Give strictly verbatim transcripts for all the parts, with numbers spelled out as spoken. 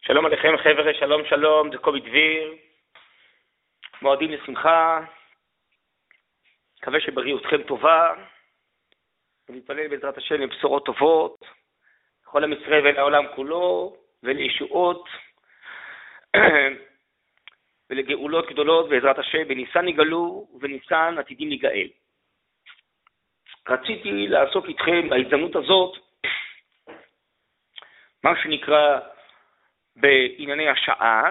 שלום עליכם חבר'ה, שלום שלום, זה קובי דביר, מועדים לשמחה, מקווה שבריאותכם טובה, ונתפלל בעזרת השם לבשורות טובות, לכל עם ישראל ולעולם כולו, ולישועות, ולגאולות גדולות בעזרת השם, בניסן יגאלו ובניסן עתידים להיגאל. רציתי לעסוק איתכם בהזדמנות הזאת, מה שנקרא בענייני השעה,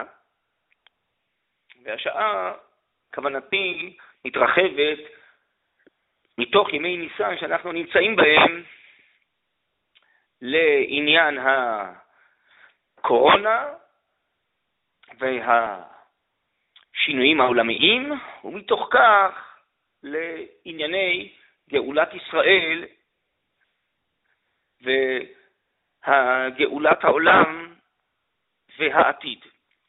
והשעה, כוונתי, מתרחבת מתוך ימי ניסן שאנחנו נמצאים בהם לעניין הקורונה והשינויים העולמיים, ומתוך כך לענייני גאולת ישראל והגאולת העולם והעתיד.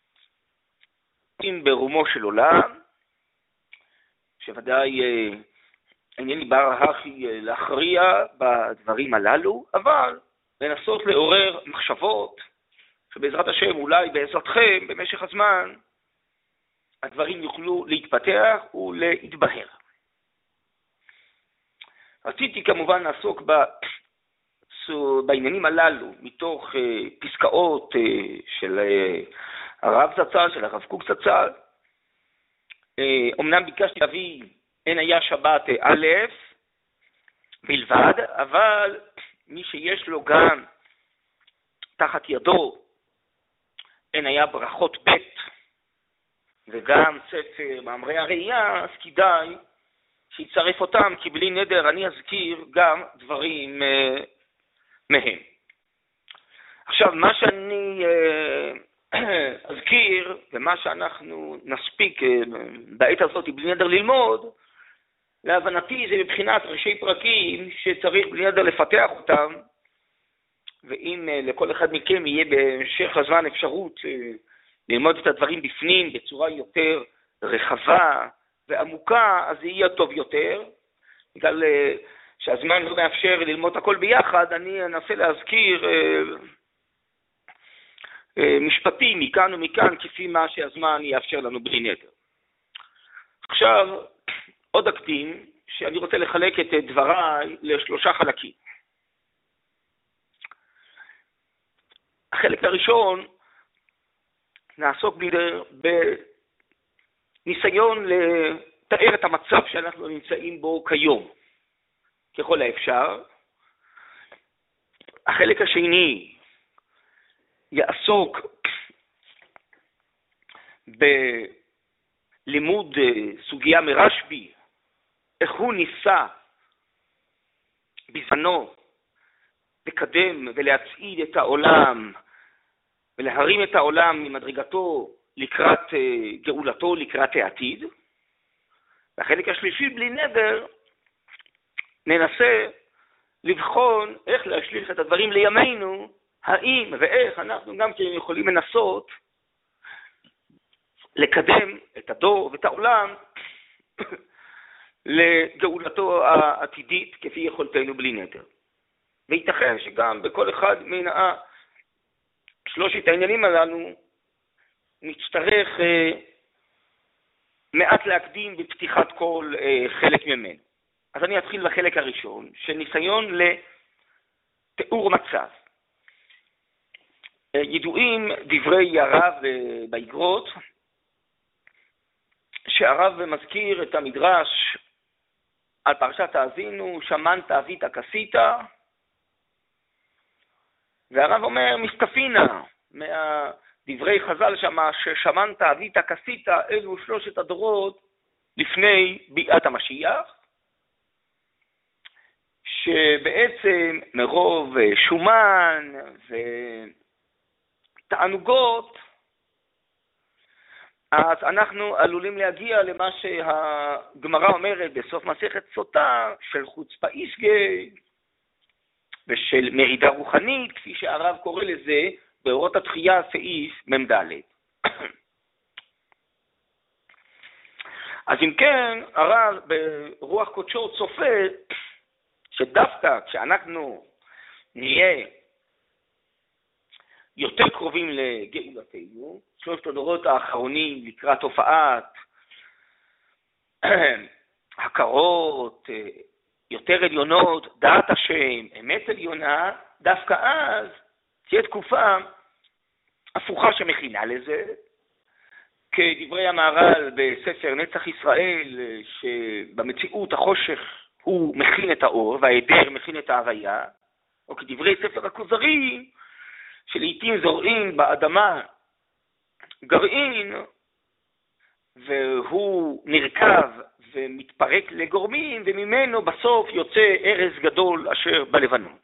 אם ברומו של עולם, שוודאי אינני בר הכי להכריע בדברים הללו, אבל לנסות לעורר מחשבות שבעזרת השם, אולי בעזרתכם, במשך הזמן, הדברים יוכלו להתפתח ולהתבהר. רציתי כמובן לעסוק ב... בעניינים הללו, מתוך uh, פסקאות uh, של uh, הרב זצ"ל, של הרב קוק זצ"ל. Uh, אמנם ביקשתי להביא אין היה שבת א' בלבד, אבל מי שיש לו גם תחת ידו אין היה ברכות ב' וגם ספר מאמרי הראייה, אז כדאי שיצרף אותם, כי בלי נדר אני אזכיר גם דברים uh, מהם. עכשיו, מה שאני אה, אזכיר, ומה שאנחנו נספיק אה, בעת הזאת בלי נדר ללמוד, להבנתי זה מבחינת ראשי פרקים שצריך בלי נדר לפתח אותם, ואם אה, לכל אחד מכם יהיה בהמשך הזמן אפשרות אה, ללמוד את הדברים בפנים בצורה יותר רחבה ועמוקה, אז זה יהיה טוב יותר, בגלל... אה, שהזמן לא מאפשר ללמוד הכל ביחד, אני אנסה להזכיר אה, אה, משפטים מכאן ומכאן, כפי מה שהזמן יאפשר לנו בלי נדר. עכשיו, עוד אקדים, שאני רוצה לחלק את דבריי לשלושה חלקים. החלק הראשון, נעסוק בניסיון לתאר את המצב שאנחנו נמצאים בו כיום. ככל האפשר. החלק השני יעסוק בלימוד סוגיה מרשב"י, איך הוא ניסה בזמנו לקדם ולהצעיד את העולם ולהרים את העולם ממדרגתו לקראת גאולתו, לקראת העתיד. והחלק השלישי בלי נדר ננסה לבחון איך להשליך את הדברים לימינו, האם ואיך אנחנו גם כן יכולים לנסות לקדם את הדור ואת העולם לגאולתו העתידית כפי יכולתנו בלי נדר. וייתכן שגם בכל אחד מן שלושת העניינים הללו נצטרך אה, מעט להקדים בפתיחת כל אה, חלק ממנו. אז אני אתחיל בחלק הראשון, של ניסיון לתיאור מצב. ידועים דברי הרב באיגרות, שהרב מזכיר את המדרש על פרשת האזינו, שמנת אבית כסית, והרב אומר, מסתפינה, מהדברי חז"ל שמה, ששמנת אבית כסית, אלו שלושת הדורות לפני ביאת המשיח, שבעצם מרוב שומן ותענוגות, אז אנחנו עלולים להגיע למה שהגמרא אומרת בסוף מסכת סוטה, של חוצפה איסגי ושל מרידה רוחנית, כפי שהרב קורא לזה באורות התחייה סעיף מ"ד. אז אם כן, הרב ברוח קודשו צופה שדווקא כשאנחנו נהיה יותר קרובים לגאולתנו, שלושת הדורות האחרונים לקראת הופעת הכרות, יותר עליונות, דעת השם, אמת עליונה, דווקא אז תהיה תקופה הפוכה שמכינה לזה, כדברי המהר"ל בספר נצח ישראל, שבמציאות החושך הוא מכין את האור וההיעדר מכין את ההוויה, או כדברי ספר הכוזרי, שלעיתים זורעים באדמה גרעין, והוא נרכב ומתפרק לגורמים, וממנו בסוף יוצא ארז גדול אשר בלבנון.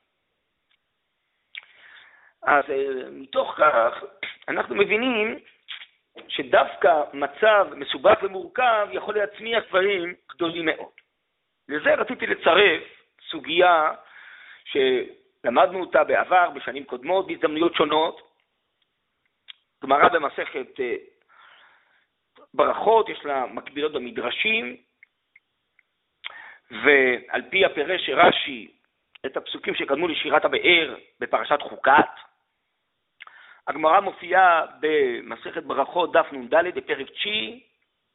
אז מתוך כך אנחנו מבינים שדווקא מצב מסובך ומורכב יכול להצמיח דברים גדולים מאוד. לזה רציתי לצרף סוגיה שלמדנו אותה בעבר, בשנים קודמות, בהזדמנויות שונות. גמרא במסכת ברכות, יש לה מקבילות במדרשים, ועל פי הפרש רש"י את הפסוקים שקדמו לשירת הבאר בפרשת חוקת, הגמרא מופיעה במסכת ברכות דף נ"ד בפרק תשיעי,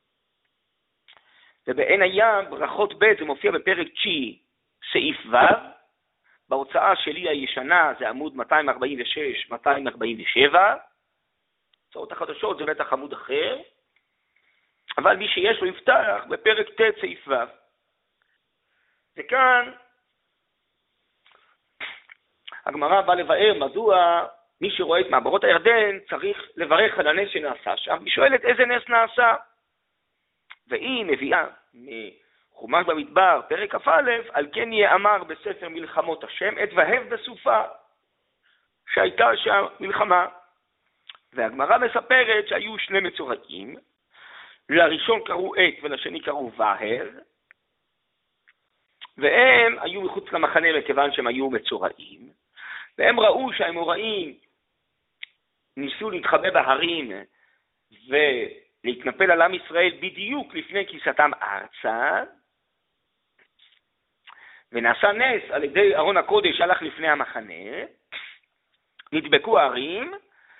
ובעין הים ברכות ב' זה מופיע בפרק תשיעי סעיף ו', בהוצאה שלי הישנה זה עמוד מאתיים ארבעים ושש מאתיים ארבעים ושבע, הוצאות החדשות זה בטח עמוד אחר, אבל מי שיש לו יפתח בפרק ט' סעיף ו'. וכאן הגמרא באה לבאר מדוע מי שרואה את מעברות הירדן צריך לברך על הנס שנעשה שם, היא שואלת איזה נס נעשה, והיא מביאה מחומש במדבר פרק כ"א, על כן יאמר בספר מלחמות השם את והב בסופה, שהייתה שם מלחמה. והגמרא מספרת שהיו שני מצורעים, לראשון קראו עת ולשני קראו והב, והם היו מחוץ למחנה מכיוון שהם היו מצורעים, והם ראו שהאמוראים ניסו להתחבא בהרים ולהתנפל על עם ישראל בדיוק לפני כניסתם ארצה, ונעשה נס על ידי ארון הקודש שהלך לפני המחנה, נדבקו הערים,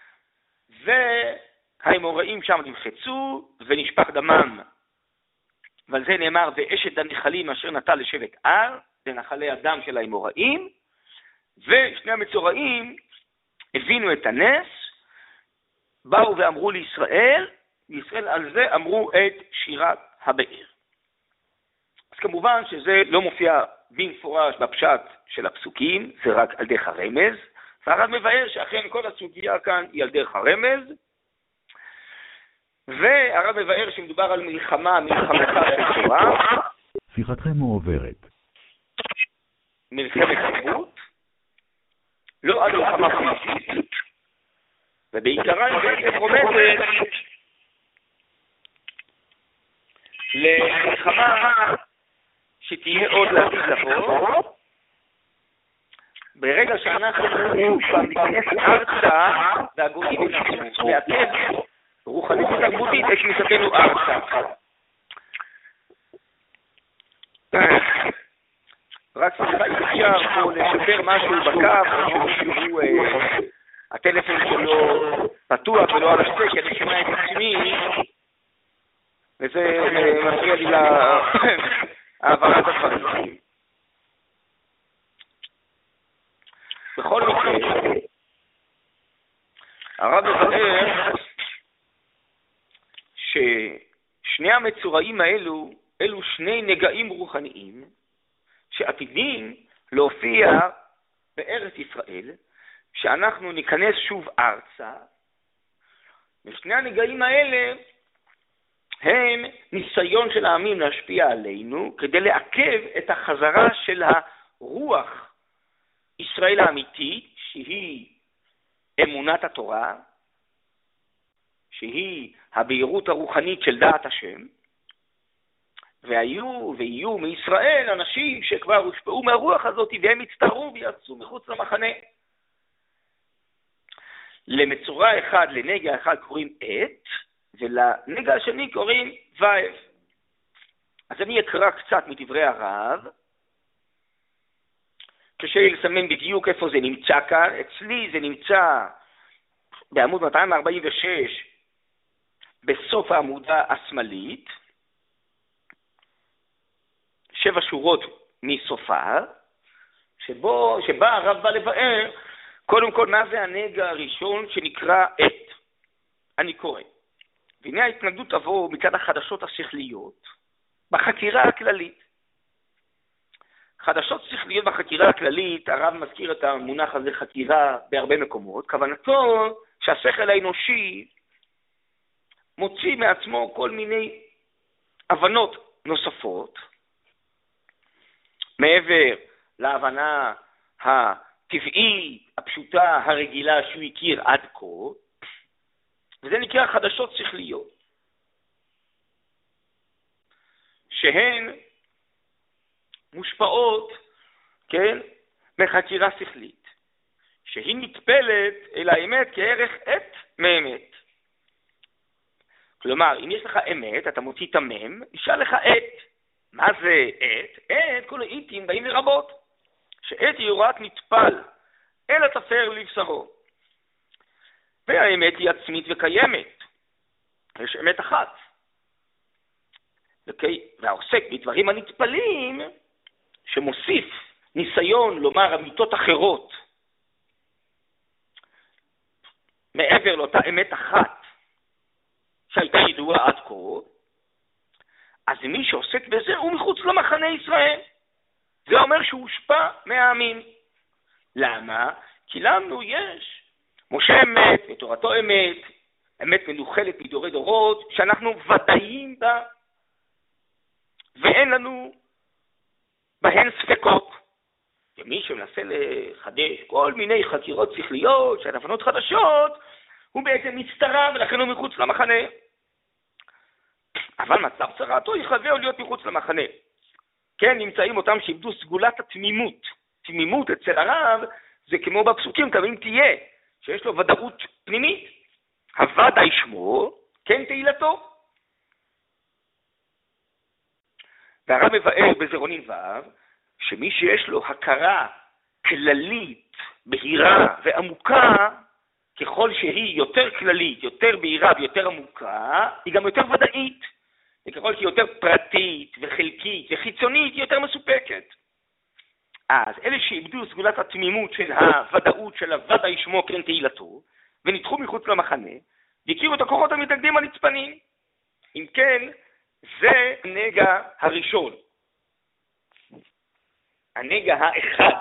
והאמוראים שם נמחצו ונשפך דמם. ועל זה נאמר ואשת הנחלים אשר נטל לשבט אר, זה נחלי הדם של האמוראים, ושני המצורעים הבינו את הנס, באו ואמרו לישראל, וישראל על זה אמרו את שירת הבאר. אז כמובן שזה לא מופיע במפורש בפשט של הפסוקים, זה רק על דרך הרמז, והרב מבאר שאכן כל הסוגיה כאן היא על דרך הרמז, והרב מבאר שמדובר על מלחמה, מלחמתה של תורה. שיחתכם מועברת. מלחמת תרבות, לא על מלחמה פיזית, ובעיקרה היא בעצם רומזת למלחמה שתהיה עוד לעתיד לבוא, ברגע שאנחנו ניכנס ארצה והגויים ינסו לעכב רוחנית ותרבותית את כניסתנו ארצה. רק סליחה אפשר פה לשפר משהו בקו, שהוא הטלפון שלו פתוח ולא על השתק, כי אני שומע את עצמי, וזה מפריע לי להעברת הדברים. בכל מקרה, הרב מבאר ששני המצורעים האלו, אלו שני נגעים רוחניים, שעתידים להופיע בארץ ישראל, שאנחנו ניכנס שוב ארצה, ושני הנגעים האלה הם ניסיון של העמים להשפיע עלינו, כדי לעכב את החזרה של הרוח ישראל האמיתית, שהיא אמונת התורה, שהיא הבהירות הרוחנית של דעת השם, והיו ויהיו מישראל אנשים שכבר הושפעו מהרוח הזאת, והם הצטערו ויצאו מחוץ למחנה. למצורע אחד, לנגע אחד קוראים עת, ולנגע השני קוראים ואב. אז אני אקרא קצת מדברי הרב, קשה לי לסמן בדיוק איפה זה נמצא כאן. אצלי זה נמצא בעמוד מאתיים ארבעים ושש, בסוף העמודה השמאלית, שבע שורות מסופה, שבו, שבה הרב בא לבאר, קודם כל, מה זה הנגע הראשון שנקרא עת? אני קורא. והנה ההתנגדות תבוא מצד החדשות השכליות, בחקירה הכללית. חדשות שכליות בחקירה הכללית, הרב מזכיר את המונח הזה חקירה בהרבה מקומות, כוונתו שהשכל האנושי מוציא מעצמו כל מיני הבנות נוספות, מעבר להבנה הטבעית, הפשוטה, הרגילה שהוא הכיר עד כה, וזה נקרא חדשות שכליות, שהן מושפעות, כן, מחקירה שכלית, שהיא נטפלת אל האמת כערך עת מאמת. כלומר, אם יש לך אמת, אתה מוציא את המם, נשאל לך עת. מה זה עת? עת, כל העיתים באים לרבות, שעת היא הוראת נטפל, אל התפר לבשרו. והאמת היא עצמית וקיימת. יש אמת אחת. והעוסק בדברים הנטפלים, שמוסיף ניסיון לומר אמיתות אחרות, מעבר לאותה אמת אחת, שהייתה ידועה עד כה, אז מי שעוסק בזה הוא מחוץ למחנה ישראל. זה אומר שהוא הושפע מהעמים. למה? כי לנו יש משה אמת ותורתו אמת, אמת מנוחלת מדורי דורות, שאנחנו ודאים בה, ואין לנו בהן ספקות. ומי שמנסה לחדש כל מיני חקירות שכליות, של הבנות חדשות, הוא בעצם מצטרף, ולכן הוא מחוץ למחנה. אבל מצב צרתו יחווה להיות מחוץ למחנה. כן, נמצאים אותם שאיבדו סגולת התמימות. תמימות אצל הרב זה כמו בפסוקים, תמיד תהיה, שיש לו ודאות פנימית. הוודא ישמו, כן תהילתו. והרב מבאר בזרעונים ו' שמי שיש לו הכרה כללית, בהירה ועמוקה, ככל שהיא יותר כללית, יותר בהירה ויותר עמוקה, היא גם יותר ודאית. וככל שהיא יותר פרטית וחלקית וחיצונית, היא יותר מסופקת. אז אלה שאיבדו סגולת התמימות של הוודאות של הוודא ישמו כן תהילתו, וניתחו מחוץ למחנה, והכירו את הכוחות המתנגדים הנצפנים. אם כן, זה הנגע הראשון. הנגע האחד,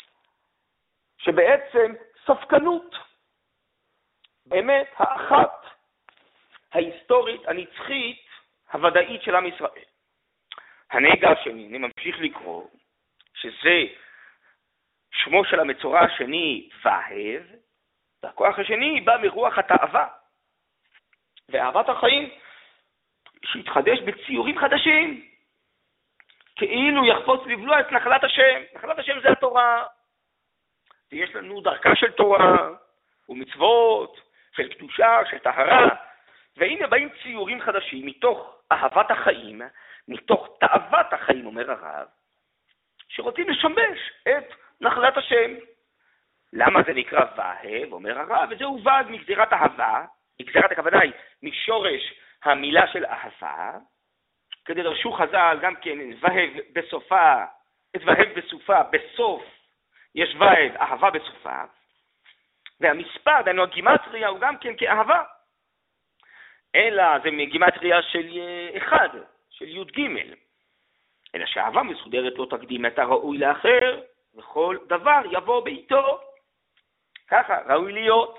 שבעצם ספקנות, באמת האחת, ההיסטורית, הנצחית, הוודאית של עם ישראל. הנגע השני, אני ממשיך לקרוא, שזה שמו של המצורע השני, והב, והכוח השני בא מרוח התאווה, ואהבת החיים, שהתחדש בציורים חדשים, כאילו יחפוץ לבלוע את נחלת השם. נחלת השם זה התורה, ויש לנו דרכה של תורה, ומצוות, של קדושה, של טהרה, והנה באים ציורים חדשים, מתוך אהבת החיים, מתוך תאוות החיים, אומר הרב, שרוצים לשמש את נחלת השם. למה זה נקרא והב, אומר הרב, וזה הובד מגזירת אהבה, מגזירת הכוונה היא משורש המילה של אהבה, כדי דרשו חז"ל גם כן והב בסופה, את והב בסופה, בסוף יש והב, אהבה בסופה, והמספר, דנו הגימטריה, הוא גם כן כאהבה, אלא זה מגימטריה של אחד, של י' ג', אלא שהאהבה מסודרת לא תקדים את הראוי לאחר, וכל דבר יבוא בעיתו. ככה ראוי להיות.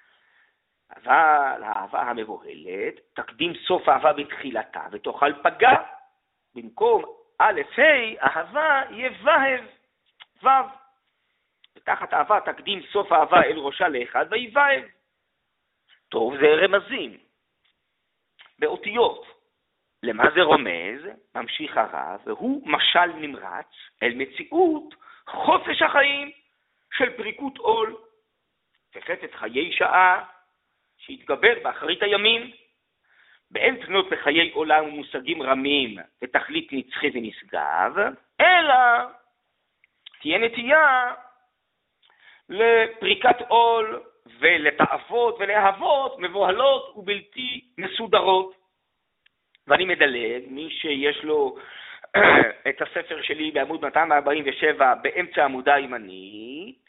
אבל האהבה המבוהלת תקדים סוף אהבה בתחילתה, ותוכל פגע. במקום א' ה' אהבה יהיה והב, ו'. ותחת אהבה תקדים סוף אהבה אל ראשה לאחד ויהי והב. טוב, זה רמזים באותיות. למה זה רומז? ממשיך הרב, והוא משל נמרץ אל מציאות חופש החיים של פריקות עול וחפץ חיי שעה שהתגבר באחרית הימים. באין תנות בחיי עולם ומושגים רמים ותכלית נצחי ונשגב, אלא תהיה נטייה לפריקת עול ולתאוות ולאהבות מבוהלות ובלתי מסודרות. ואני מדלג, מי שיש לו את הספר שלי בעמוד מאתיים ארבעים ושבע באמצע העמודה הימנית,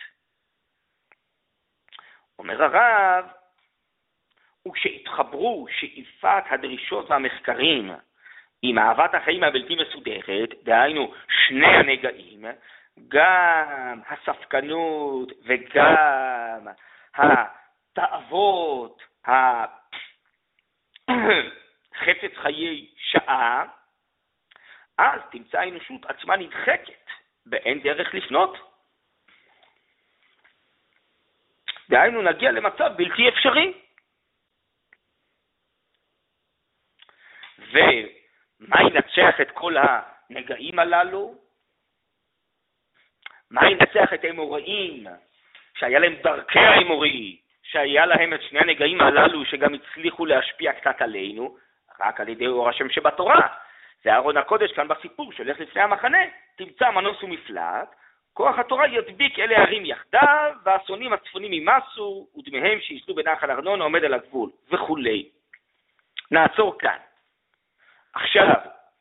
אומר הרב, וכשהתחברו שאיפת הדרישות והמחקרים עם אהבת החיים הבלתי מסודרת, דהיינו שני הנגעים, גם הספקנות וגם התאוות, חפץ חיי שעה, אז תמצא האנושות עצמה נדחקת באין דרך לפנות. דהיינו נגיע למצב בלתי אפשרי. ומה ינצח את כל הנגעים הללו? מה ינצח את האמוראים, שהיה להם דרכי האמורי, שהיה להם את שני הנגעים הללו שגם הצליחו להשפיע קצת עלינו, רק על ידי אור השם שבתורה. זה ארון הקודש כאן בסיפור שהולך לפני המחנה, תמצא מנוס ומפלט, כוח התורה ידביק אלה הערים יחדיו, והאסונים הצפונים ימסו, ודמיהם שישלו בנחל ארנון העומד על הגבול, וכולי. נעצור כאן. עכשיו,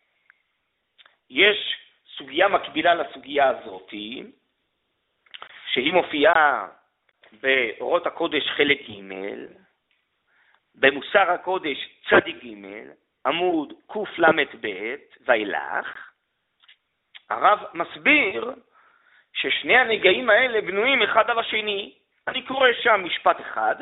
יש סוגיה מקבילה לסוגיה הזאת, שהיא מופיעה באורות הקודש חלק ג', במוסר הקודש צדיק ג', עמוד קל"ב ואילך. הרב מסביר ששני הנגעים האלה בנויים אחד על השני. אני קורא שם משפט אחד.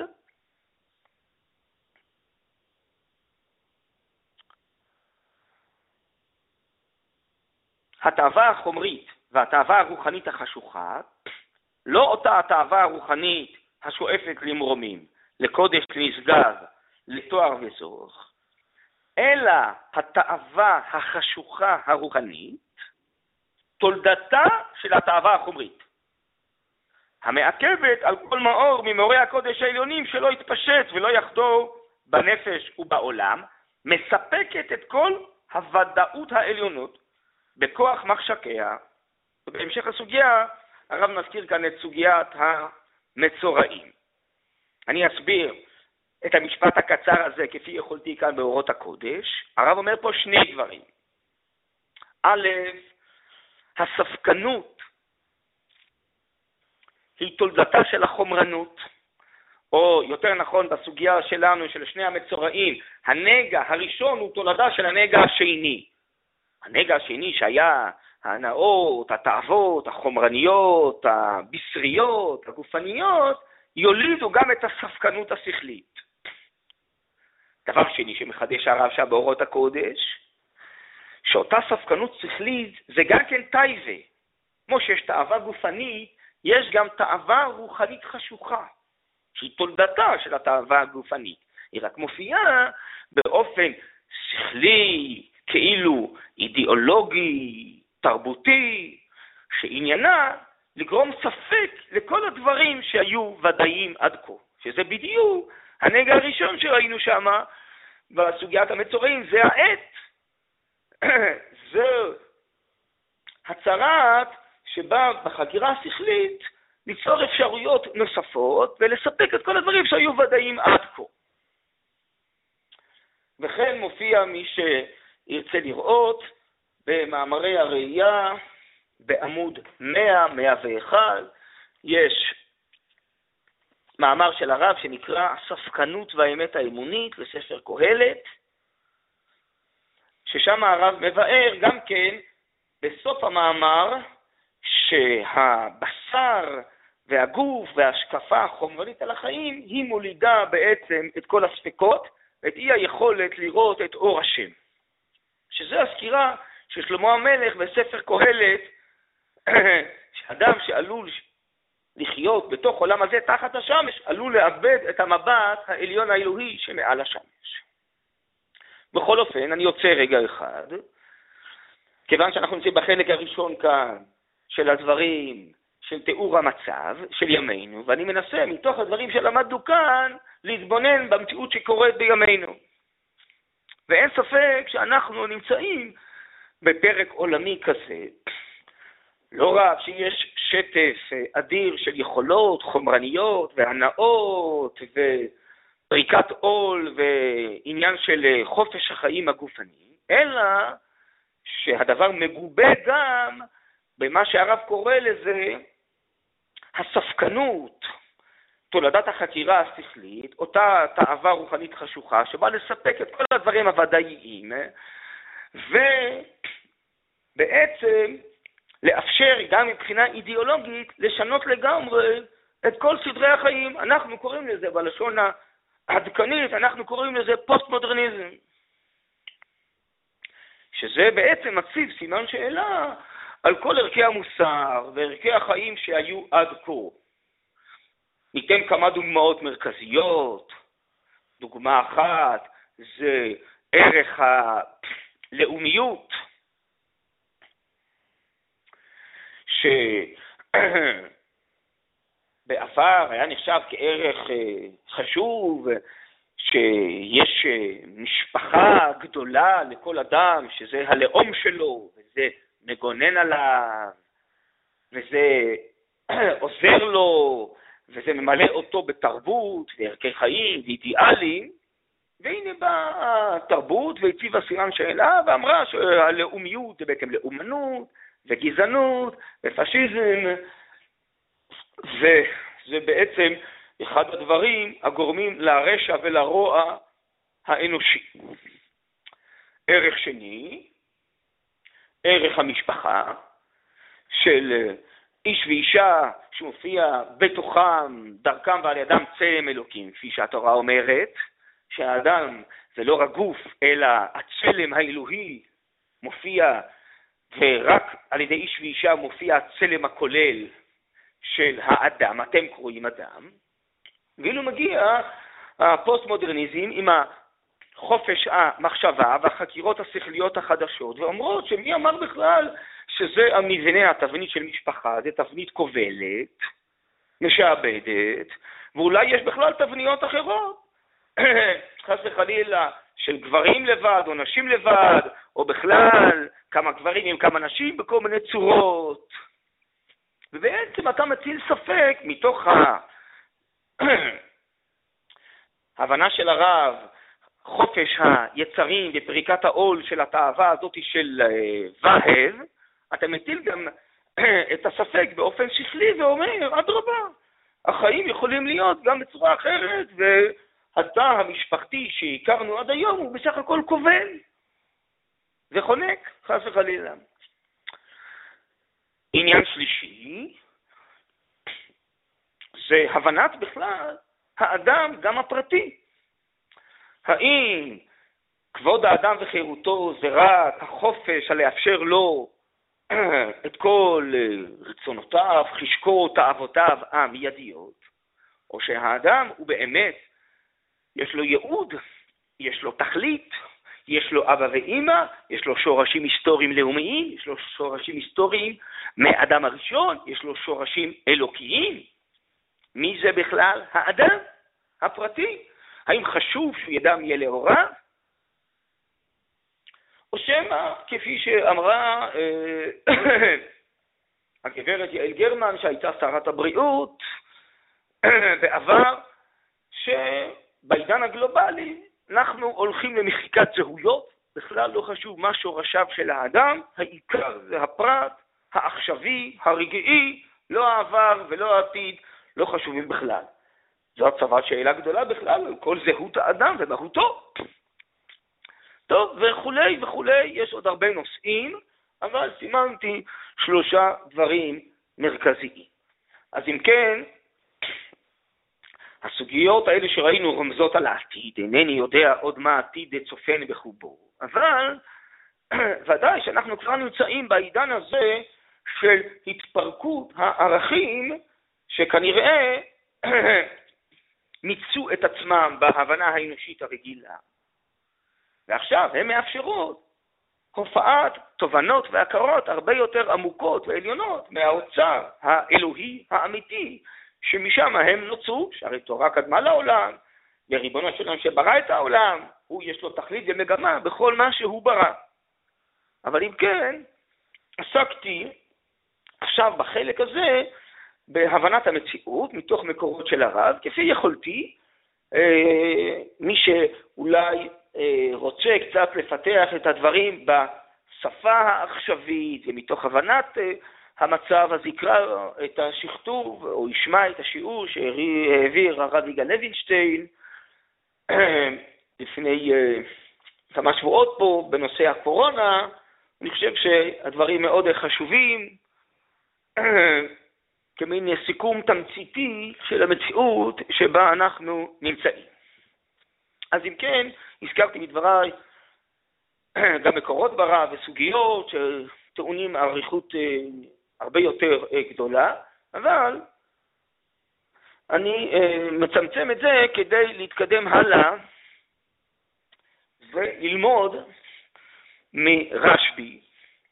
התאווה החומרית והתאווה הרוחנית החשוכה, לא אותה התאווה הרוחנית השואפת למרומים, לקודש, לנשגב, לתואר וזוך, אלא התאווה החשוכה הרוחנית, תולדתה של התאווה החומרית, המעכבת על כל מאור ממאורי הקודש העליונים שלא יתפשט ולא יחדור בנפש ובעולם, מספקת את כל הוודאות העליונות בכוח מחשקיה. ובהמשך הסוגיה, הרב מזכיר כאן את סוגיית המצורעים. אני אסביר את המשפט הקצר הזה כפי יכולתי כאן באורות הקודש. הרב אומר פה שני דברים. א', הספקנות היא תולדתה של החומרנות, או יותר נכון בסוגיה שלנו של שני המצורעים, הנגע הראשון הוא תולדה של הנגע השני. הנגע השני שהיה הנאות, התאוות, החומרניות, הבשריות, הגופניות, יולידו גם את הספקנות השכלית. דבר שני שמחדש הרב שם באורות הקודש, שאותה ספקנות שכלית זה גם כן טייבה. כמו שיש תאווה גופנית, יש גם תאווה רוחנית חשוכה, שהיא תולדתה של התאווה הגופנית. היא רק מופיעה באופן שכלי, כאילו אידיאולוגי, תרבותי, שעניינה לגרום ספק לכל הדברים שהיו ודאיים עד כה. שזה בדיוק הנגע הראשון שראינו שם בסוגיית המצורעים, זה העת. זה הצהרת שבה בחקירה השכלית ליצור אפשרויות נוספות ולספק את כל הדברים שהיו ודאיים עד כה. וכן מופיע מי שירצה לראות במאמרי הראייה בעמוד מאה מאה ואחת, יש מאמר של הרב שנקרא הספקנות והאמת האמונית לספר קהלת, ששם הרב מבאר גם כן בסוף המאמר שהבשר והגוף וההשקפה החומרית על החיים היא מולידה בעצם את כל הספקות ואת אי היכולת לראות את אור השם. שזה הסקירה של שלמה המלך בספר קהלת, שאדם שעלול לחיות בתוך עולם הזה תחת השמש עלול לאבד את המבט העליון האלוהי שמעל השמש. בכל אופן, אני יוצא רגע אחד, כיוון שאנחנו נמצאים בחלק הראשון כאן של הדברים, של תיאור המצב של ימינו, ואני מנסה מתוך הדברים שלמדנו כאן להתבונן במציאות שקורית בימינו. ואין ספק שאנחנו נמצאים בפרק עולמי כזה, לא רק שיש שטף אדיר של יכולות חומרניות והנאות ופריקת עול ועניין של חופש החיים הגופני, אלא שהדבר מגובה גם במה שהרב קורא לזה הספקנות, תולדת החקירה השכלית, אותה תאווה רוחנית חשוכה שבאה לספק את כל הדברים הוודאיים, ובעצם לאפשר גם מבחינה אידיאולוגית לשנות לגמרי את כל סדרי החיים. אנחנו קוראים לזה בלשון העדכנית, אנחנו קוראים לזה פוסט-מודרניזם, שזה בעצם מציב סימן שאלה על כל ערכי המוסר וערכי החיים שהיו עד כה. ניתן כמה דוגמאות מרכזיות. דוגמה אחת זה ערך הלאומיות, שבעבר היה נחשב כערך חשוב, שיש משפחה גדולה לכל אדם, שזה הלאום שלו, וזה מגונן עליו, וזה עוזר לו, וזה ממלא אותו בתרבות וערכי חיים ואידיאלים. והנה באה התרבות והציבה סימן שאלה ואמרה שהלאומיות זה בעצם לאומנות וגזענות ופשיזם, וזה בעצם אחד הדברים הגורמים לרשע ולרוע האנושי. ערך שני, ערך המשפחה של איש ואישה שמופיע בתוכם, דרכם ועל ידם צלם אלוקים, כפי שהתורה אומרת, שהאדם זה לא רק גוף, אלא הצלם האלוהי מופיע, ורק על ידי איש ואישה מופיע הצלם הכולל של האדם, אתם קרואים אדם. ואילו מגיע הפוסט-מודרניזם עם החופש המחשבה והחקירות השכליות החדשות, ואומרות שמי אמר בכלל שזה המבנה, התבנית של משפחה, זה תבנית כובלת, משעבדת, ואולי יש בכלל תבניות אחרות, חס וחלילה, של גברים לבד או נשים לבד, או בכלל כמה גברים עם כמה נשים בכל מיני צורות. ובעצם אתה מציל ספק מתוך ההבנה של הרב, חופש היצרים ופריקת העול של התאווה הזאת של והב, אתה מטיל גם את הספק באופן שכלי ואומר, אדרבה, החיים יכולים להיות גם בצורה אחרת, והתא המשפחתי שהכרנו עד היום הוא בסך הכל כובל וחונק, חס וחלילה. עניין שלישי, זה הבנת בכלל האדם גם הפרטי. האם כבוד האדם וחירותו זה רק החופש הלאפשר לו את כל רצונותיו, חשקות, תאוותיו המיידיות, או שהאדם הוא באמת, יש לו ייעוד, יש לו תכלית, יש לו אבא ואמא, יש לו שורשים היסטוריים לאומיים, יש לו שורשים היסטוריים מאדם הראשון, יש לו שורשים אלוקיים. מי זה בכלל? האדם הפרטי. האם חשוב שהוא ידע מי אלה הוריו? או שמה, כפי שאמרה הגברת יעל גרמן, שהייתה שרת הבריאות בעבר, שבעידן הגלובלי אנחנו הולכים למחיקת זהויות, בכלל לא חשוב מה שורשיו של האדם, העיקר זה הפרט, העכשווי, הרגעי, לא העבר ולא העתיד, לא חשובים בכלל. זו הצבת שאלה גדולה בכלל על כל זהות האדם ומהותו. טוב, וכולי וכולי, יש עוד הרבה נושאים, אבל סימנתי שלושה דברים מרכזיים. אז אם כן, הסוגיות האלה שראינו רומזות על העתיד, אינני יודע עוד מה העתיד צופן בחובו, אבל ודאי שאנחנו כבר נמצאים בעידן הזה של התפרקות הערכים שכנראה מיצו את עצמם בהבנה האנושית הרגילה. ועכשיו הן מאפשרות הופעת תובנות והכרות הרבה יותר עמוקות ועליונות מהאוצר האלוהי האמיתי, שמשם הם נוצרו, שהרי תורה קדמה לעולם, וריבונו של עולם שברא את העולם, הוא יש לו תכלית ומגמה בכל מה שהוא ברא. אבל אם כן, עסקתי עכשיו בחלק הזה, בהבנת המציאות, מתוך מקורות של הרב, כפי יכולתי, מי שאולי רוצה קצת לפתח את הדברים בשפה העכשווית, ומתוך הבנת המצב, אז יקרא את השכתוב, או ישמע את השיעור שהעביר הרב יגאל לוינשטיין, לפני כמה שבועות פה, בנושא הקורונה. אני חושב שהדברים מאוד חשובים, כמין סיכום תמציתי של המציאות שבה אנחנו נמצאים. אז אם כן, הזכרתי מדבריי גם מקורות ברב וסוגיות שטעונים עריכות הרבה יותר גדולה, אבל אני מצמצם את זה כדי להתקדם הלאה וללמוד מרשב"י,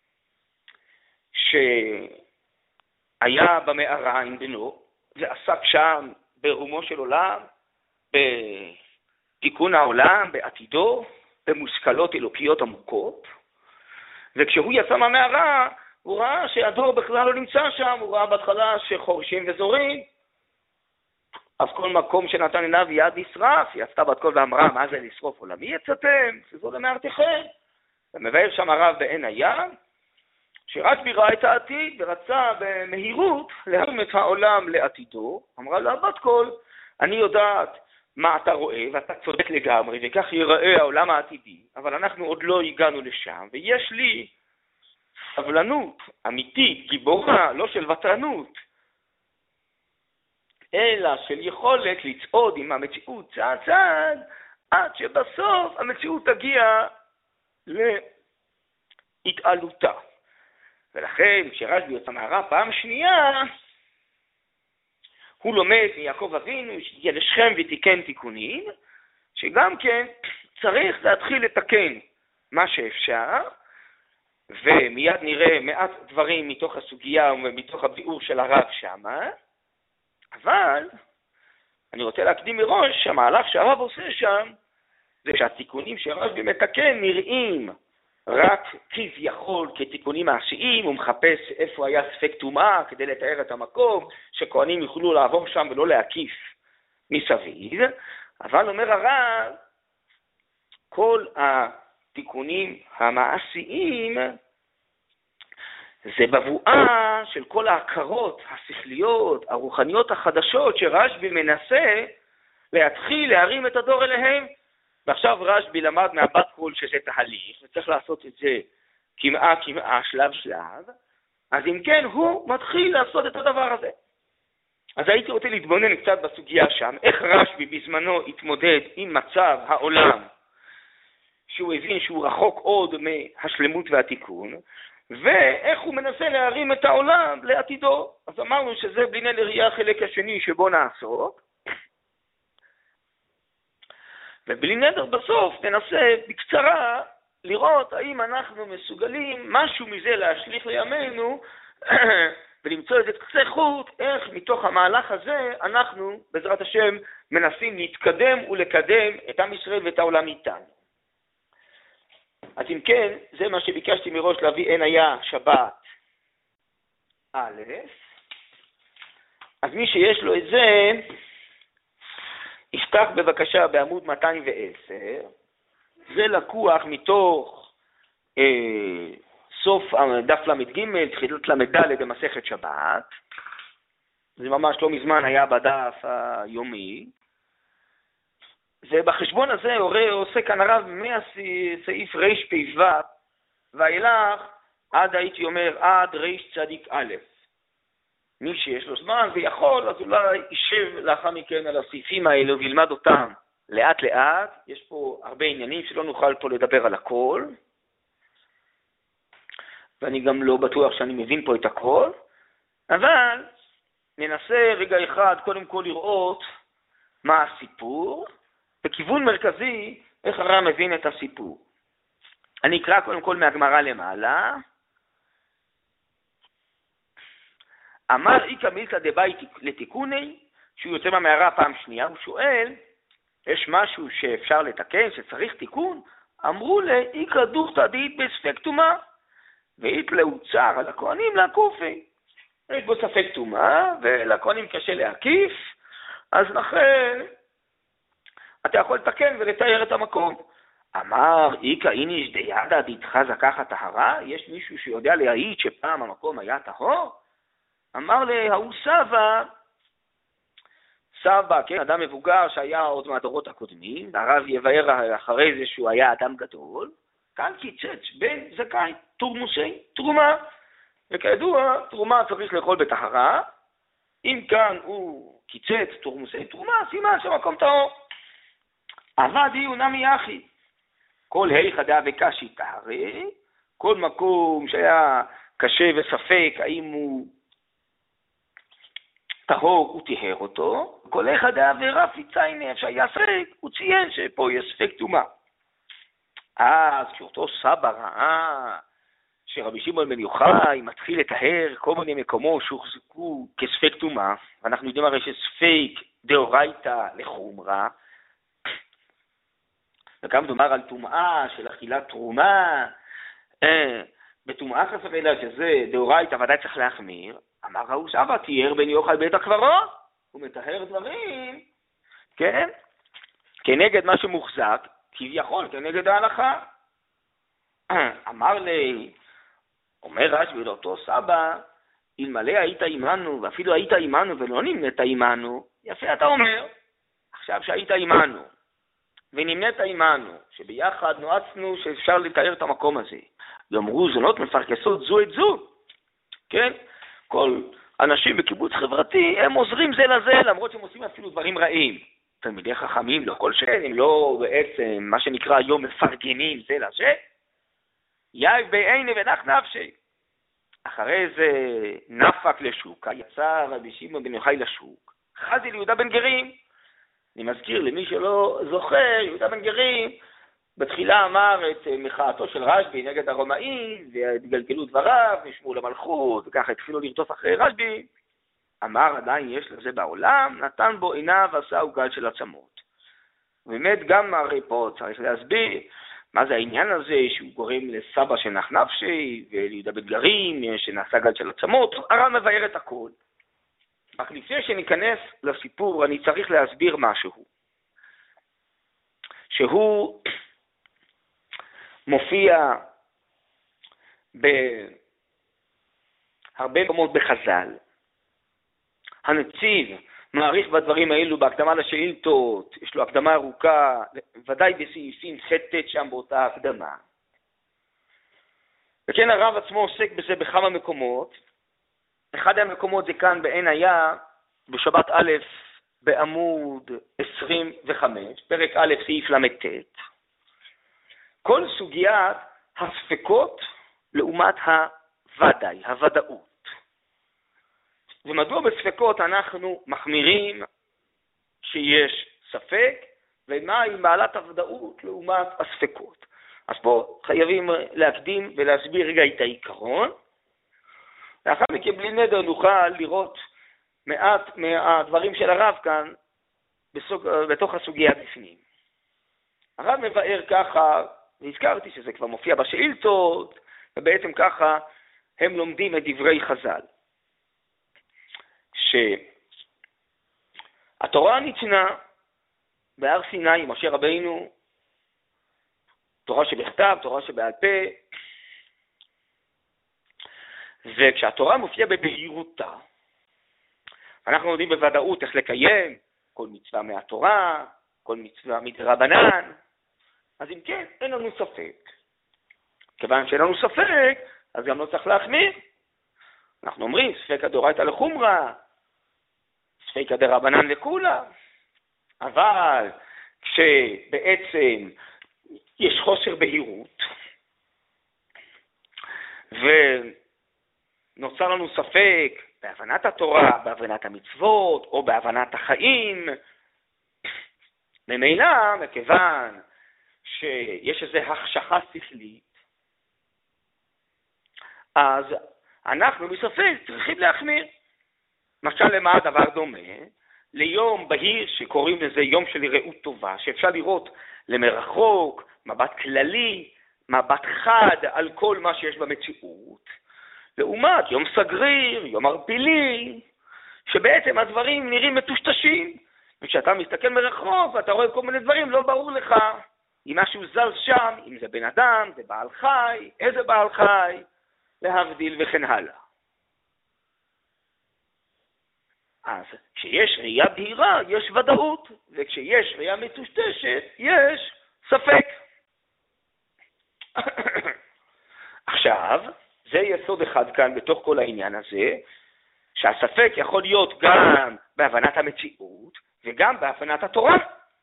שהיה במערה עם בנו ועסק שם ברומו של עולם, בתיקון העולם, בעתידו, במושכלות אלוקיות עמוקות. וכשהוא יצא מהמערה, הוא ראה שהדור בכלל לא נמצא שם, הוא ראה בהתחלה שחורשים וזורים, אז כל מקום שנתן עיניו יד נשרף, היא יצאה בת קול ואמרה, מה זה לשרוף עולמי יצאתם? שזו למערתכם. ומבאר שם הרב בעין הים, שרשב"י ראה את העתיד ורצה במהירות להרים את העולם לעתידו. אמרה לה, בת קול, אני יודעת מה אתה רואה ואתה צודק לגמרי, וכך ייראה העולם העתידי, אבל אנחנו עוד לא הגענו לשם, ויש לי סבלנות אמיתית, גיבורה, לא של ותרנות, אלא של יכולת לצעוד עם המציאות צעד צעד, עד שבסוף המציאות תגיע להתעלותה. ולכן כשרשב"י יוצא מהמערה פעם שנייה, הוא לומד מיעקב אבינו שהגיע לשכם ותיקן תיקונים, שגם כן צריך להתחיל לתקן מה שאפשר, ומיד נראה מעט דברים מתוך הסוגיה ומתוך הביאור של הרב שמה, אבל אני רוצה להקדים מראש שהמהלך שהרב עושה שם, זה שהתיקונים שהרשב"י מתקן נראים רק כביכול כתיקונים מעשיים, הוא מחפש איפה היה ספק טומאה כדי לתאר את המקום, שכהנים יוכלו לעבור שם ולא להקיף מסביב, אבל אומר הרב, כל התיקונים המעשיים זה בבואה של כל ההכרות השכליות, הרוחניות החדשות שרשב"י מנסה להתחיל להרים את הדור אליהם. ועכשיו רשב"י למד מהבת קול שזה תהליך, וצריך לעשות את זה כמעה כמעה, שלב שלב, אז אם כן הוא מתחיל לעשות את הדבר הזה. אז הייתי רוצה להתבונן קצת בסוגיה שם, איך רשב"י בזמנו התמודד עם מצב העולם, שהוא הבין שהוא רחוק עוד מהשלמות והתיקון, ואיך הוא מנסה להרים את העולם לעתידו. אז אמרנו שזה בליני לראייה החלק השני שבו נעסוק, ובלי נדר בסוף ננסה בקצרה לראות האם אנחנו מסוגלים משהו מזה להשליך לימינו ולמצוא איזה קצה חוט, איך מתוך המהלך הזה אנחנו בעזרת השם מנסים להתקדם ולקדם את עם ישראל ואת העולם איתנו. אז אם כן, זה מה שביקשתי מראש להביא, אין היה שבת א', אז מי שיש לו את זה, יפתח בבקשה בעמוד מאתיים ועשר, זה לקוח מתוך אה, סוף דף למד ג' תחילת למד במסכת שבת, זה ממש לא מזמן היה בדף היומי, ובחשבון הזה הורה עושה כאן הרב מהסעיף רש פ"ו ואילך עד הייתי אומר עד רש צדיק א'. מי שיש לו זמן ויכול, אז אולי יישב לאחר מכן על הסעיפים האלה וילמד אותם לאט לאט. יש פה הרבה עניינים שלא נוכל פה לדבר על הכל, ואני גם לא בטוח שאני מבין פה את הכל, אבל ננסה רגע אחד קודם כל לראות מה הסיפור, בכיוון מרכזי איך הרב מבין את הסיפור. אני אקרא קודם כל מהגמרא למעלה. אמר איקא מילתא דבאי לתיקוני, שהוא יוצא מהמערה פעם שנייה, הוא שואל, יש משהו שאפשר לתקן, שצריך תיקון? אמרו לה, איקא דוכתא דאית בספק טומאה, ואית לאוצר על הכהנים להקופי. יש בו ספק טומאה, ולכהנים קשה להקיף, אז לכן אתה יכול לתקן ולתאר את המקום. אמר, איקא איניש דידא דאיתחז לקחת טהרה? יש מישהו שיודע להעיד שפעם המקום היה טהור? אמר להוא סבא, סבא, כן, אדם מבוגר שהיה עוד מהדורות הקודמים, הרב יבאר אחרי זה שהוא היה אדם גדול, כאן קיצץ בין זכאי תורמוסי תרומה, וכידוע תרומה צריך לאכול בטהרה, אם כאן הוא קיצץ תורמוסי תרומה, סימן שמקום טהור. עבד יהיו נמי אחי, כל היכא דאה וקשי טהרה, כל מקום שהיה קשה וספק האם הוא טהור הוא טיהר אותו, כל היכא דאה ורפי צייני שהיה ספק, הוא ציין שפה יש ספק טומאה. אז כשאותו סבא ראה שרבי שמעון בן יוחאי מתחיל לטהר כל מיני מקומות שהוחזקו כספק טומאה, ואנחנו יודעים הרי שספק דאורייתא לחומרא, וכאן מדובר על טומאה של אכילת תרומה, בטומאה חס וחלילה שזה דאורייתא ודאי צריך להחמיר. אמר ראו סבא, תיאר בן יוחאי בית הקברות, הוא מטהר דברים, כן? כנגד מה שמוחזק, כביכול, כנגד ההלכה. אמר לי, אומר רש"י לאותו סבא, אלמלא היית עמנו, ואפילו היית עמנו ולא נמנית עמנו, יפה אתה אומר, עכשיו שהיית עמנו, ונמנית עמנו, שביחד נועצנו שאפשר לתאר את המקום הזה. יאמרו זונות מפרכסות זו את זו, כן? כל אנשים בקיבוץ חברתי, הם עוזרים זה לזה, למרות שהם עושים אפילו דברים רעים. תלמידי חכמים, לא כל שאין, הם לא בעצם, מה שנקרא היום מפרגנים זה לזה. יאיב בעיני ונח נפשי. אחרי זה נפק לשוק, יצא רבי שמעון בן יוחאי לשוק. חזי ליהודה בן גרים. אני מזכיר למי שלא זוכר, יהודה בן גרים, בתחילה אמר את מחאתו של רשב"י נגד הרומאים, והתגלגלו דבריו, נשמעו למלכות, וככה התחילו לרדוף אחרי רשב"י. אמר עדיין יש לזה בעולם, נתן בו עיניו ועשה עוגל של עצמות. באמת גם הרי פה צריך להסביר מה זה העניין הזה שהוא גורם לסבא שנח נפשי וליהודה בן גרים שנעשה עוגל של עצמות. הרב מבאר את הכל. אך לפני שניכנס לסיפור אני צריך להסביר משהו. שהוא מופיע בהרבה מקומות בחז"ל. הנציב מעריך בדברים האלו בהקדמה לשאילתות, יש לו הקדמה ארוכה, ודאי בסעיפים ח'-ט' שם באותה הקדמה. וכן הרב עצמו עוסק בזה בכמה מקומות. אחד המקומות זה כאן בעין היה, בשבת א' בעמוד עשרים וחמש, פרק א' סעיף למ"ט. כל סוגיית הספקות לעומת הוודאי, הוודאות. ומדוע בספקות אנחנו מחמירים שיש ספק, ומה עם בעלת הוודאות לעומת הספקות. אז פה חייבים להקדים ולהסביר רגע את העיקרון. לאחר מכן בלי נדר נוכל לראות מעט מהדברים של הרב כאן בסוג, בתוך הסוגיה בפנים. הרב מבאר ככה, והזכרתי שזה כבר מופיע בשאילתות, ובעצם ככה הם לומדים את דברי חז"ל. שהתורה ניתנה בהר סיני, משה רבינו, תורה שבכתב, תורה שבעל פה, וכשהתורה מופיעה בבהירותה, אנחנו יודעים בוודאות איך לקיים כל מצווה מהתורה, כל מצווה מדרבנן, אז אם כן, אין לנו ספק. כיוון שאין לנו ספק, אז גם לא צריך להחמיר. אנחנו אומרים, ספקא דאורייתא לחומרא, ספקא דרבנן לכולה, אבל כשבעצם יש חוסר בהירות, ונוצר לנו ספק בהבנת התורה, בהבנת המצוות, או בהבנת החיים, ממילא, מכיוון שיש איזו החשכה שכלית, אז אנחנו בספק צריכים להחמיר. משל למה הדבר דומה? ליום בהיר שקוראים לזה יום של ראות טובה, שאפשר לראות למרחוק, מבט כללי, מבט חד על כל מה שיש במציאות. לעומת יום סגריר, יום ערפילי, שבעצם הדברים נראים מטושטשים. וכשאתה מסתכל מרחוב, אתה רואה כל מיני דברים, לא ברור לך אם משהו זז שם, אם זה בן אדם, זה בעל חי, איזה בעל חי, להבדיל וכן הלאה. אז כשיש ראייה בהירה, יש ודאות, וכשיש ראייה מטושטשת, יש ספק. עכשיו, זה יסוד אחד כאן בתוך כל העניין הזה, שהספק יכול להיות גם בהבנת המציאות, וגם בהבנת התורה.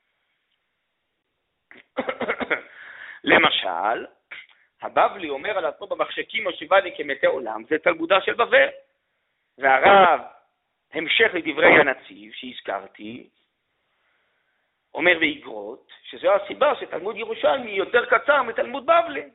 למשל, הבבלי אומר על עצמו במחשכים מושיבני כמתי עולם, זה תלמודה של בבל. והרב, המשך לדברי הנציב שהזכרתי, אומר באגרות, שזו הסיבה שתלמוד ירושלמי יותר קצר מתלמוד בבלי.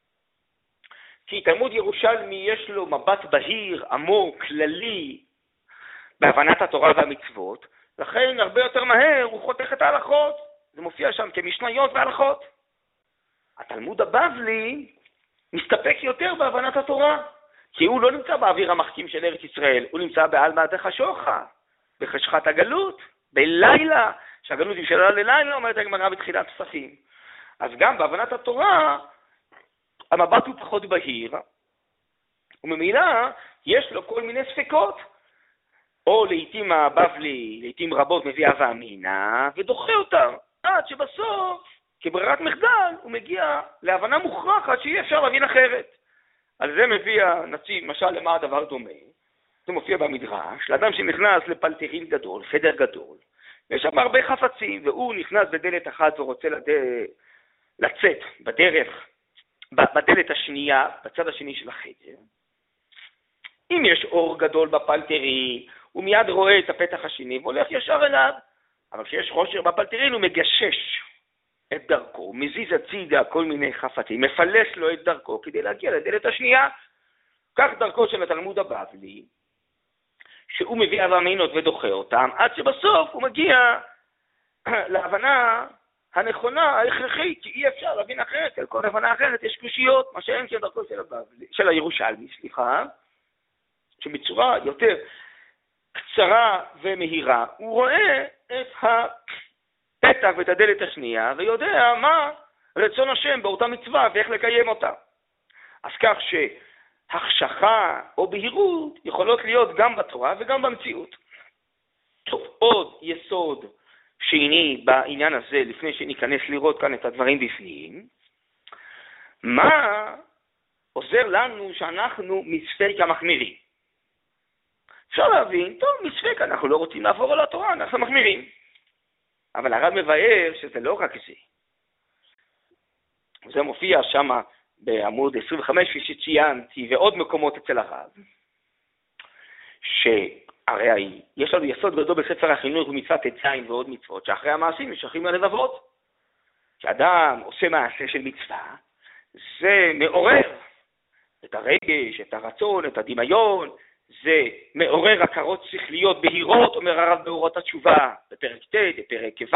כי תלמוד ירושלמי יש לו מבט בהיר, עמוק, כללי, בהבנת התורה והמצוות, לכן הרבה יותר מהר הוא חותך את ההלכות. זה מופיע שם כמשניות והלכות. התלמוד הבבלי מסתפק יותר בהבנת התורה, כי הוא לא נמצא באוויר המחכים של ארץ ישראל, הוא נמצא בעלמא דחשוכה, בחשכת הגלות, בלילה, שהגלות היא שאלה ללילה, אומרת הגמרא בתחילת פסחים. אז גם בהבנת התורה, המבט הוא פחות בהיר, וממילא יש לו כל מיני ספקות, או לעתים הבבלי, לעתים רבות מביא הווה אמינא, ודוחה אותם, עד שבסוף, כברירת מחדל, הוא מגיע להבנה מוכרחת שאי אפשר להבין אחרת. על זה מביא הנציב, משל למה הדבר דומה, זה מופיע במדרש, לאדם שנכנס לפלטרין גדול, חדר גדול, ויש שם הרבה חפצים, והוא נכנס בדלת אחת ורוצה לד... לצאת בדרך, בדלת השנייה, בצד השני של החדר. אם יש אור גדול בפלטרין, הוא מיד רואה את הפתח השני והולך ישר אליו. אבל כשיש חושר בפלטרין הוא מגשש את דרכו, מזיז הצידה כל מיני חפצים, מפלס לו את דרכו כדי להגיע לדלת השנייה. כך דרכו של התלמוד הבבלי, שהוא מביא הווה אמינות ודוחה אותם, עד שבסוף הוא מגיע להבנה הנכונה, ההכרחית, כי אי אפשר להבין אחרת, על כל הבנה אחרת יש קושיות, מה שאין כדרכו של הבבלי, של הירושלמי, סליחה, שבצורה יותר קצרה ומהירה, הוא רואה את הפתח ואת הדלת השנייה, ויודע מה רצון השם באותה מצווה ואיך לקיים אותה. אז כך שהחשכה או בהירות יכולות להיות גם בתורה וגם במציאות. טוב, עוד יסוד שני בעניין הזה, לפני שניכנס לראות כאן את הדברים בפנים, מה עוזר לנו שאנחנו מספק המחמירים? אפשר להבין, טוב, מספק, אנחנו לא רוצים לעבור על התורה, אנחנו מחמירים. אבל הרב מבאר שזה לא רק זה. זה מופיע שם בעמוד עשרים וחמש, כפי שציינתי, ועוד מקומות אצל הרב, שהרי יש לנו יסוד גדול בספר החינוך ומצוות ט"ז ועוד מצוות, שאחרי המעשים נשארים הלבבות. כשאדם עושה מעשה של מצווה, זה מעורר את הרגש, את הרצון, את הדמיון, זה מעורר הכרות שכליות בהירות, אומר הרב באורות התשובה, בפרק ט', בפרק ו'.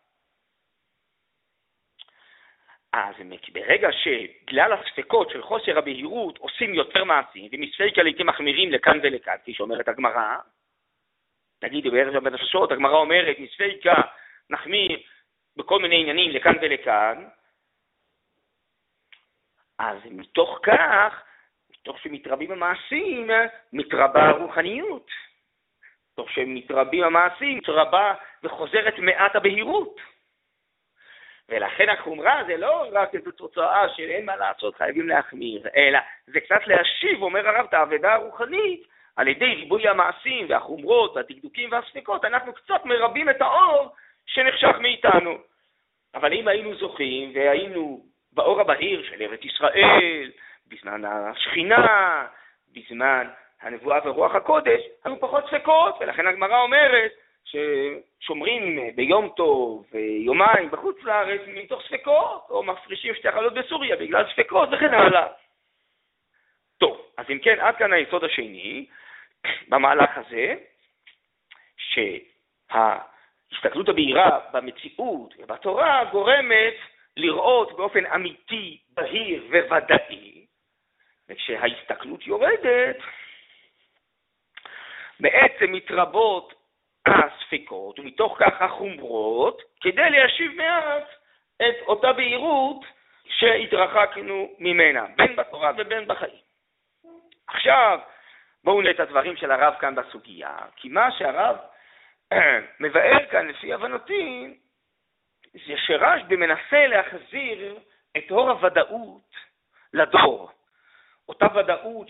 אז ברגע שבגלל הספקות של חוסר הבהירות עושים יותר מעשים, ומספקה לעתים מחמירים לכאן ולכאן, כפי שאומרת הגמרא, תגידו בערב שבת השעות, הגמרא אומרת, מספקה נחמיר בכל מיני עניינים לכאן ולכאן, אז מתוך כך, מתוך שמתרבים המעשים, מתרבה הרוחניות. מתוך שמתרבים המעשים, מתרבה וחוזרת מעט הבהירות. ולכן החומרה זה לא רק איזו תוצאה של אין מה לעשות, חייבים להחמיר, אלא זה קצת להשיב, אומר הרב, את העבודה הרוחנית, על ידי ריבוי המעשים והחומרות והדקדוקים והספקות, אנחנו קצת מרבים את האור שנחשך מאיתנו. אבל אם היינו זוכים והיינו באור הבהיר של ארץ ישראל, בזמן השכינה, בזמן הנבואה ורוח הקודש, היו פחות ספקות, ולכן הגמרא אומרת ששומרים ביום טוב ויומיים בחוץ לארץ מתוך ספקות, או מפרישים שתי חלות בסוריה בגלל ספקות וכן הלאה. טוב, אז אם כן, עד כאן היסוד השני במהלך הזה, שההסתכלות הבהירה במציאות ובתורה גורמת לראות באופן אמיתי, בהיר וודאי, וכשההסתכלות יורדת, בעצם מתרבות הספקות, ומתוך כך החומרות, כדי להשיב מעט את אותה בהירות שהתרחקנו ממנה, בין בתורה ובין בחיים. עכשיו, בואו נראה את הדברים של הרב כאן בסוגיה, כי מה שהרב מבאר כאן לפי הבנתי, זה שרשב"י מנסה להחזיר את אור הוודאות לדור. אותה ודאות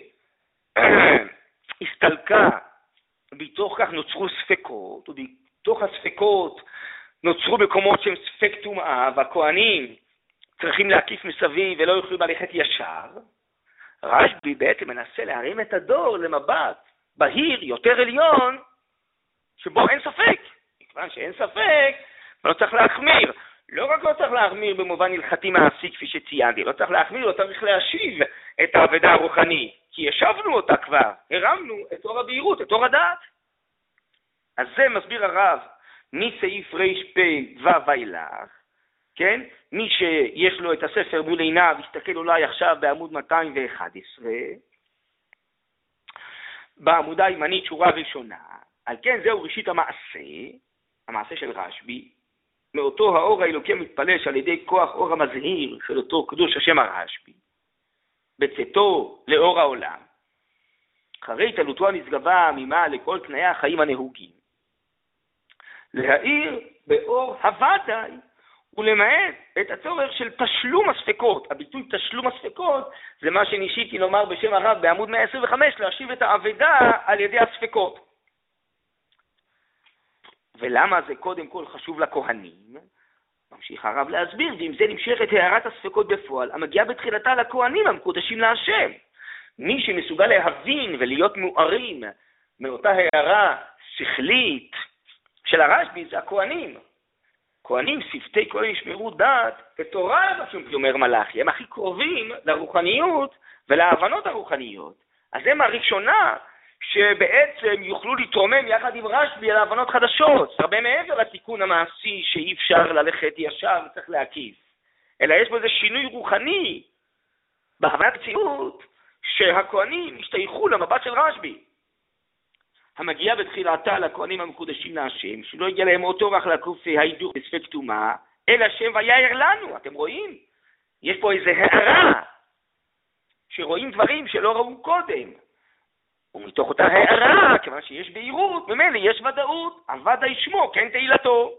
שהסתלקה, בתוך כך נוצרו ספקות, ובתוך הספקות נוצרו מקומות שהם ספק טומאה, והכהנים צריכים להקיף מסביב ולא יוכלו ללכת ישר. רשב"י בעצם מנסה להרים את הדור למבט בהיר, יותר עליון, שבו אין ספק. מכיוון שאין ספק, לא צריך להחמיר. לא רק לא צריך להחמיר במובן הלכתי מעשי כפי שציינתי, לא צריך להחמיר, לא צריך להשיב את העבודה הרוחנית, כי ישבנו אותה כבר, הרמנו את אור הבהירות, את אור הדעת. אז זה מסביר הרב מסעיף ר"פ ו' ואילך, כן? מי שיש לו את הספר מול עיניו, יסתכל אולי עכשיו בעמוד מאתיים ואחת עשרה, בעמודה הימנית שורה ראשונה, על כן זהו ראשית המעשה, המעשה של רשב"י, מאותו האור האלוקי מתפלש על ידי כוח אור המזהיר של אותו קדוש השם הרשב"י, בצאתו לאור העולם, אחרי התעלותו הנשגבה ממעל לכל תנאי החיים הנהוגים, להאיר באור הוודאי ולמעט את הצורך של תשלום הספקות. הביטוי תשלום הספקות זה מה שניסיתי לומר בשם הרב בעמוד מאה עשרים וחמש, להשיב את האבדה על ידי הספקות. ולמה זה קודם כל חשוב לכהנים? ממשיך הרב להסביר, ועם זה נמשכת הערת הספקות בפועל, המגיעה בתחילתה לכהנים המקודשים להשם. מי שמסוגל להבין ולהיות מוארים מאותה הערה שכלית של הרשב"י זה הכהנים. כהנים, שפתי כהנים ישמרו דעת ותורה, מה שאומר מלאכי, הם הכי קרובים לרוחניות ולהבנות הרוחניות. אז הם הראשונה שבעצם יוכלו להתרומם יחד עם רשב"י על הבנות חדשות, הרבה מעבר לתיקון המעשי שאי אפשר ללכת ישר וצריך להקיף, אלא יש בו איזה שינוי רוחני בהבנת המציאות שהכהנים השתייכו למבט של רשב"י, המגיע בתחילתה לכהנים המקודשים להשם, שלא הגיע להם אותו רק לקוף ההידור בספק טומאה, אלא שם ויער לנו. אתם רואים? יש פה איזה הערה שרואים דברים שלא ראו קודם, ומתוך אותה הערה, כיוון שיש בהירות, ממילא יש ודאות, הוודאי שמו, כן תהילתו.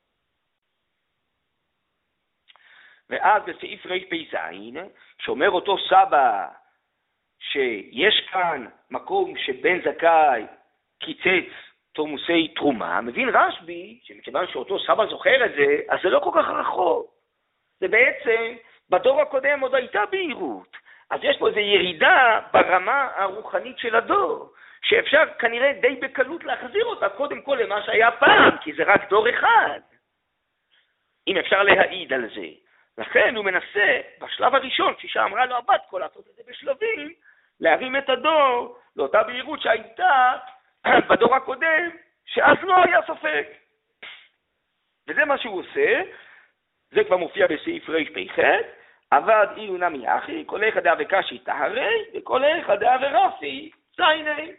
ואז בסעיף ר"פ שאומר אותו סבא שיש כאן מקום שבן זכאי קיצץ תורמוסי תרומה, מבין רשב"י שמכיוון שאותו סבא זוכר את זה, אז זה לא כל כך רחוק. זה בעצם בדור הקודם עוד הייתה בהירות. אז יש פה איזו ירידה ברמה הרוחנית של הדור, שאפשר כנראה די בקלות להחזיר אותה קודם כל למה שהיה פעם, כי זה רק דור אחד, אם אפשר להעיד על זה. לכן הוא מנסה בשלב הראשון, כשאישה אמרה לו הבת כל לעשות את זה בשלבים, להרים את הדור לאותה בהירות שהייתה בדור הקודם, שאז לא היה ספק. וזה מה שהוא עושה, זה כבר מופיע בסעיף ר"פ, עבד אילו נמי אחי, כל אחד דעה וקשי טהרי, וכל אחד דעה ורפי צייני.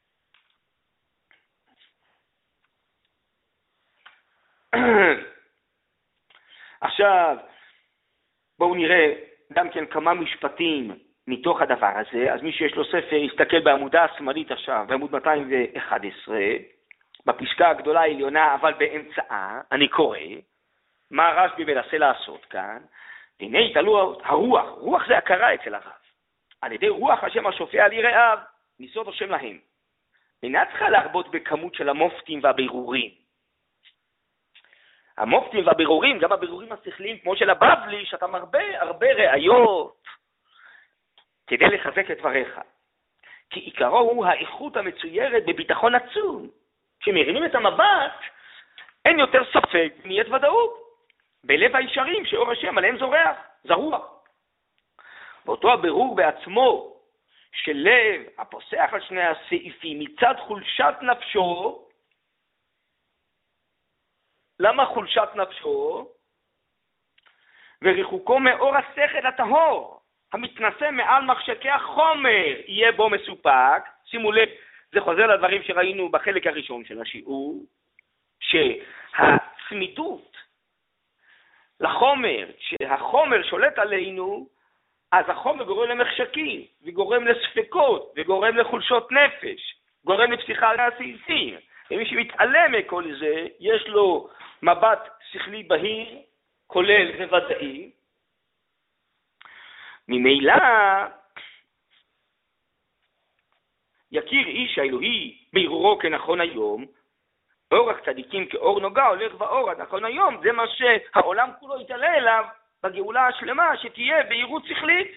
עכשיו, בואו נראה גם כן כמה משפטים מתוך הדבר הזה. אז מי שיש לו ספר יסתכל בעמודה השמאלית עכשיו, בעמוד מאתיים ואחת עשרה, בפסקה הגדולה העליונה אבל באמצעה, אני קורא, מה רשב"י מנסה לעשות כאן. והנה התעלו הרוח, רוח זה הכרה אצל הרב, על ידי רוח השם השופע על יראיו, ניסוד השם להם. אינה צריכה להרבות בכמות של המופתים והבירורים. המופתים והבירורים, גם הבירורים השכליים, כמו של הבבלי, שאתה מרבה הרבה ראיות, כדי לחזק את דבריך. כי עיקרו הוא האיכות המצוירת בביטחון עצום. כשמרימים את המבט, אין יותר ספק, נהיית ודאות. בלב הישרים שאור השם עליהם זורח, זרוח. ואותו הבירור בעצמו של לב הפוסח על שני הסעיפים מצד חולשת נפשו. למה חולשת נפשו? וריחוקו מאור השכל הטהור. המתנשא מעל מחשקי החומר יהיה בו מסופק. שימו לב, זה חוזר לדברים שראינו בחלק הראשון של השיעור, שהצמידות לחומר, שהחומר שולט עלינו, אז החומר גורם למחשקים, וגורם לספקות, וגורם לחולשות נפש, גורם לפסיכה הסעיפים. ומי שמתעלם מכל זה, יש לו מבט שכלי בהיר, כולל וודאי. ממילא, יכיר איש האלוהי בהירורו כנכון היום, אור הצדיקים כאור נוגה הולך באור עד נכון היום, זה מה שהעולם כולו יתעלה אליו בגאולה השלמה שתהיה בהירות שכלית.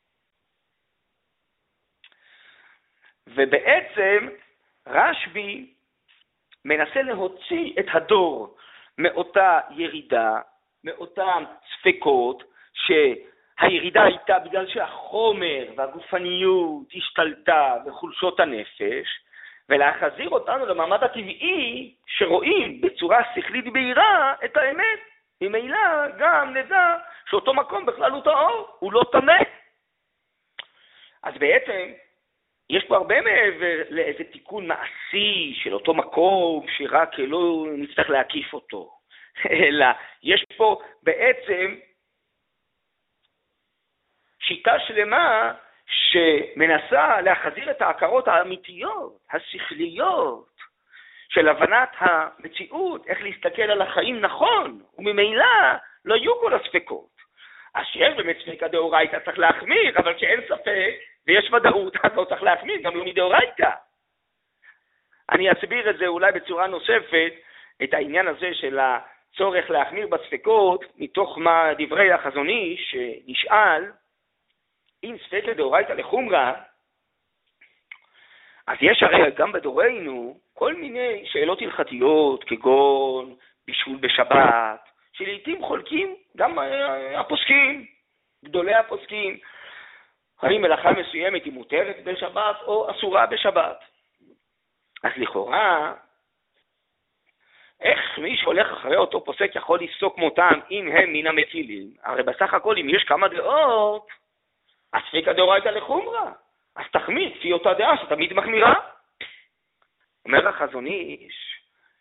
ובעצם רשב"י מנסה להוציא את הדור מאותה ירידה, מאותם ספקות, שהירידה הייתה בגלל שהחומר והגופניות השתלטה וחולשות הנפש, ולהחזיר אותנו למעמד הטבעי שרואים בצורה שכלית בהירה את האמת. ממילא גם נדע שאותו מקום בכלל הוא טהור, הוא לא טמא. אז בעצם יש פה הרבה מעבר לאיזה תיקון מעשי של אותו מקום שרק לא נצטרך להקיף אותו, אלא יש פה בעצם שיטה שלמה שמנסה להחזיר את ההכרות האמיתיות, השכליות, של הבנת המציאות, איך להסתכל על החיים נכון, וממילא לא יהיו כל הספקות. אז שיש באמת ספקא דאורייתא צריך להחמיר, אבל כשאין ספק ויש ודאות, אז לא צריך להחמיר, גם לא מדאורייתא. אני אסביר את זה אולי בצורה נוספת, את העניין הזה של הצורך להחמיר בספקות, מתוך מה דברי החזון איש שנשאל, אם ספקא דאורייתא לחומרא, אז יש הרי גם בדורנו כל מיני שאלות הלכתיות, כגון בישול בשבת, שלעיתים חולקים גם הפוסקים, גדולי הפוסקים, האם מלאכה מסוימת היא מותרת בשבת או אסורה בשבת. אז לכאורה, איך מי שהולך אחרי אותו פוסק יכול לפסוק מותם אם הם מן המצילים? הרי בסך הכל אם יש כמה דעות, אז ספקא דאורייתא לחומרא, אז תחמיר לפי אותה דעה שתמיד מחמירה. אומר החזון איש,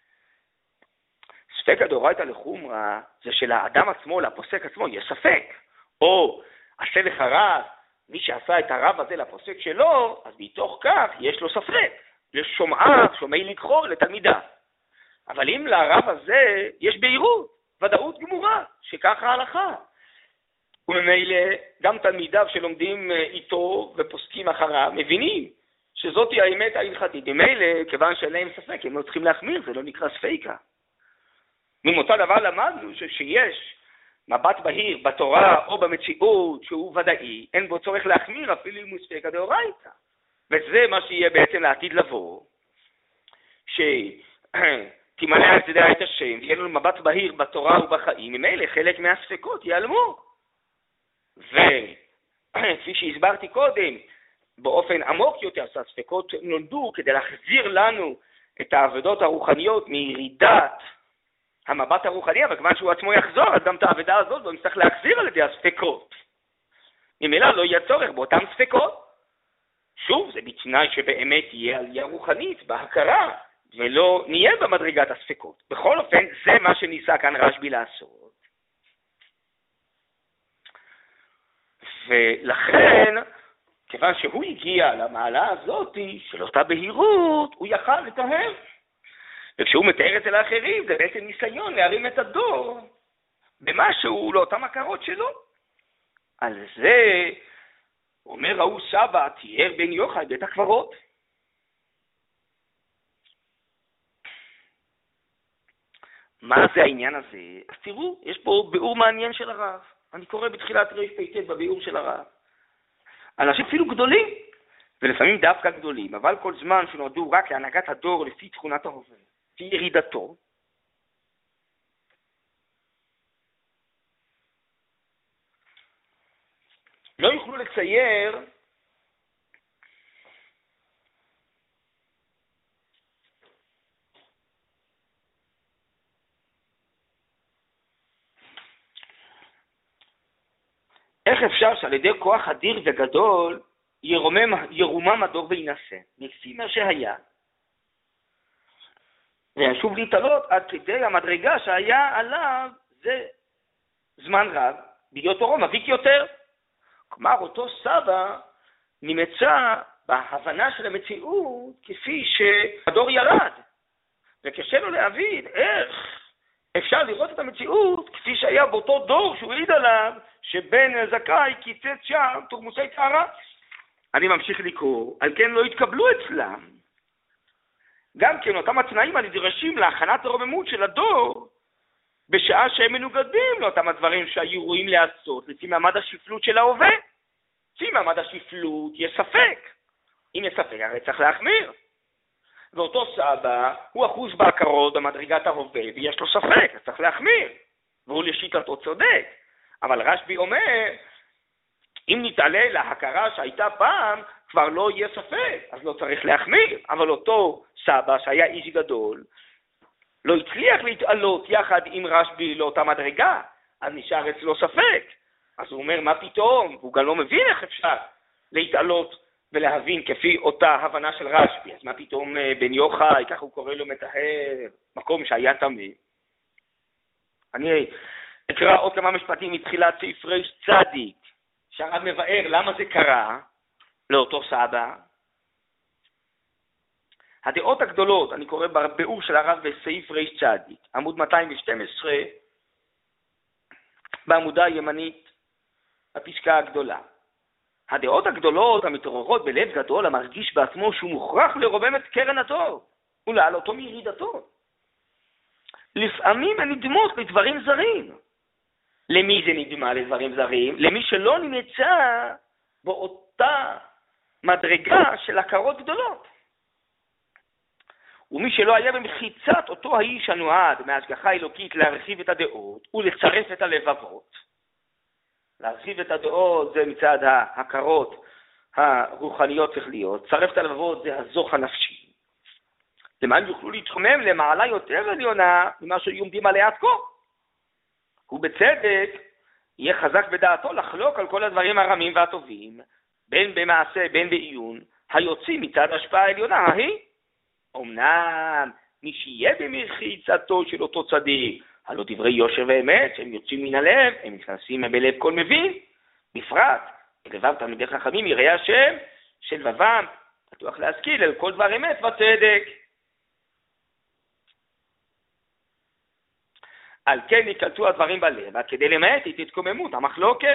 ספקא דאורייתא לחומרא זה שלאדם עצמו, לפוסק עצמו, יש ספק. או עשה לך רב, מי שעשה את הרב הזה לפוסק שלו, אז מתוך כך יש לו ספק. יש שומעיו, שומעי לקחו לתלמידה. אבל אם לרב הזה יש בהירות, ודאות גמורה, שככה ההלכה. וממילא גם תלמידיו שלומדים איתו ופוסקים אחריו, מבינים שזאת היא האמת ההלכתית. ממילא, כיוון שאין להם ספק, הם לא צריכים להחמיר, זה לא נקרא ספקא. ממוצא דבר למדנו שיש מבט בהיר בתורה או במציאות שהוא ודאי, אין בו צורך להחמיר אפילו אם הוא ספקא דאורייתא. וזה מה שיהיה בעצם לעתיד לבוא, שתימלא על ידי את השם, ויהיה לנו מבט בהיר בתורה ובחיים, ממילא חלק מהספקות ייעלמו. וכפי שהסברתי קודם, באופן עמוק יותר, הספקות נולדו כדי להחזיר לנו את העבודות הרוחניות מירידת המבט הרוחני, אבל כיוון שהוא עצמו יחזור, אז גם את העבודה הזאת לא נצטרך להחזיר על ידי הספקות. ממילא לא יהיה צורך באותם ספקות. שוב, זה בתנאי שבאמת יהיה עלייה רוחנית, בהכרה, ולא נהיה במדרגת הספקות. בכל אופן, זה מה שניסה כאן רשב"י לעשות. ולכן, כיוון שהוא הגיע למעלה הזאת של אותה בהירות, הוא יכל לטהר. וכשהוא מתאר את זה לאחרים, זה בעצם ניסיון להרים את הדור במשהו לאותם הכרות שלו. על זה אומר ראו סבא, תיאר בן יוחאי בית הקברות. מה זה העניין הזה? אז תראו, יש פה ביאור מעניין של הרב. אני קורא בתחילת רפ"ט בביאור של הרב. אנשים אפילו גדולים, ולפעמים דווקא גדולים, אבל כל זמן שנועדו רק להנהגת הדור לפי תכונת ההווה, לפי ירידתו, לא יוכלו לצייר איך אפשר שעל ידי כוח אדיר וגדול ירומם, ירומם הדור וינשא, לפי מה שהיה. וישוב להתעלות עד כדי המדרגה שהיה עליו זה זמן רב, בהיותו רום מביק יותר. כלומר, אותו סבא נמצא בהבנה של המציאות כפי שהדור ירד. וקשה לו להבין איך אפשר לראות את המציאות כפי שהיה באותו דור שהוא העיד עליו, שבן זכאי קיצץ שם תורמוסי טהרה. אני ממשיך לקרוא, על כן לא התקבלו אצלם. גם כן אותם התנאים הנדרשים להכנת הרוממות של הדור, בשעה שהם מנוגדים לאותם הדברים שהיו רואים לעשות, לפי מעמד השפלות של ההווה. לפי מעמד השפלות יש ספק. אם יש ספק, הרי צריך להחמיר. ואותו סבא הוא אחוז בהכרות במדרגת ההווה, ויש לו ספק, אז צריך להחמיר. והוא לשיטתו צודק. אבל רשב"י אומר, אם נתעלה להכרה שהייתה פעם, כבר לא יהיה ספק, אז לא צריך להחמיר. אבל אותו סבא שהיה איש גדול, לא הצליח להתעלות יחד עם רשב"י לאותה מדרגה, אז נשאר אצלו ספק. אז הוא אומר, מה פתאום? הוא גם לא מבין איך אפשר להתעלות ולהבין כפי אותה הבנה של רשב"י. אז מה פתאום בן יוחאי, ככה הוא קורא לו מטהר, מקום שהיה תמיד. אני אקרא עוד כמה משפטים מתחילת סעיף רש צדיק, שהרב מבאר למה זה קרה לאותו סבא. הדעות הגדולות, אני קורא בביאור של הרב בסעיף רש צדיק, עמוד מאתיים ושתים עשרה, בעמודה הימנית, הפסקה הגדולה. הדעות הגדולות המתעוררות בלב גדול המרגיש בעצמו שהוא מוכרח לרומם את קרן התור ולהעלותו מירידתו. לפעמים הן נדמות לדברים זרים. למי זה נדמה לדברים זרים? למי שלא נמצא באותה מדרגה של הכרות גדולות. ומי שלא היה במחיצת אותו האיש הנועד מהשגחה האלוקית להרחיב את הדעות ולצרף את הלבבות. להרחיב את הדעות זה מצד ההכרות הרוחניות צריך להיות, צרף את הלבבות זה הזוך הנפשי. למען יוכלו להתחומם למעלה יותר עליונה ממה שיומדים עליה עד כה. ובצדק יהיה חזק בדעתו לחלוק על כל הדברים הרמים והטובים, בין במעשה בין בעיון, היוצאים מצד השפעה העליונה ההיא. אמנם מי שיהיה במחיצתו של אותו צדיק, הלא דברי יושר ואמת, שהם יוצאים מן הלב, הם נכנסים בלב כל מבין, בפרט, לבב תלמידי חכמים יראה השם, של לבבם, פתוח להשכיל על כל דבר אמת וצדק. על כן יקלטו הדברים בלב, כדי למעט את התקוממות המחלוקת.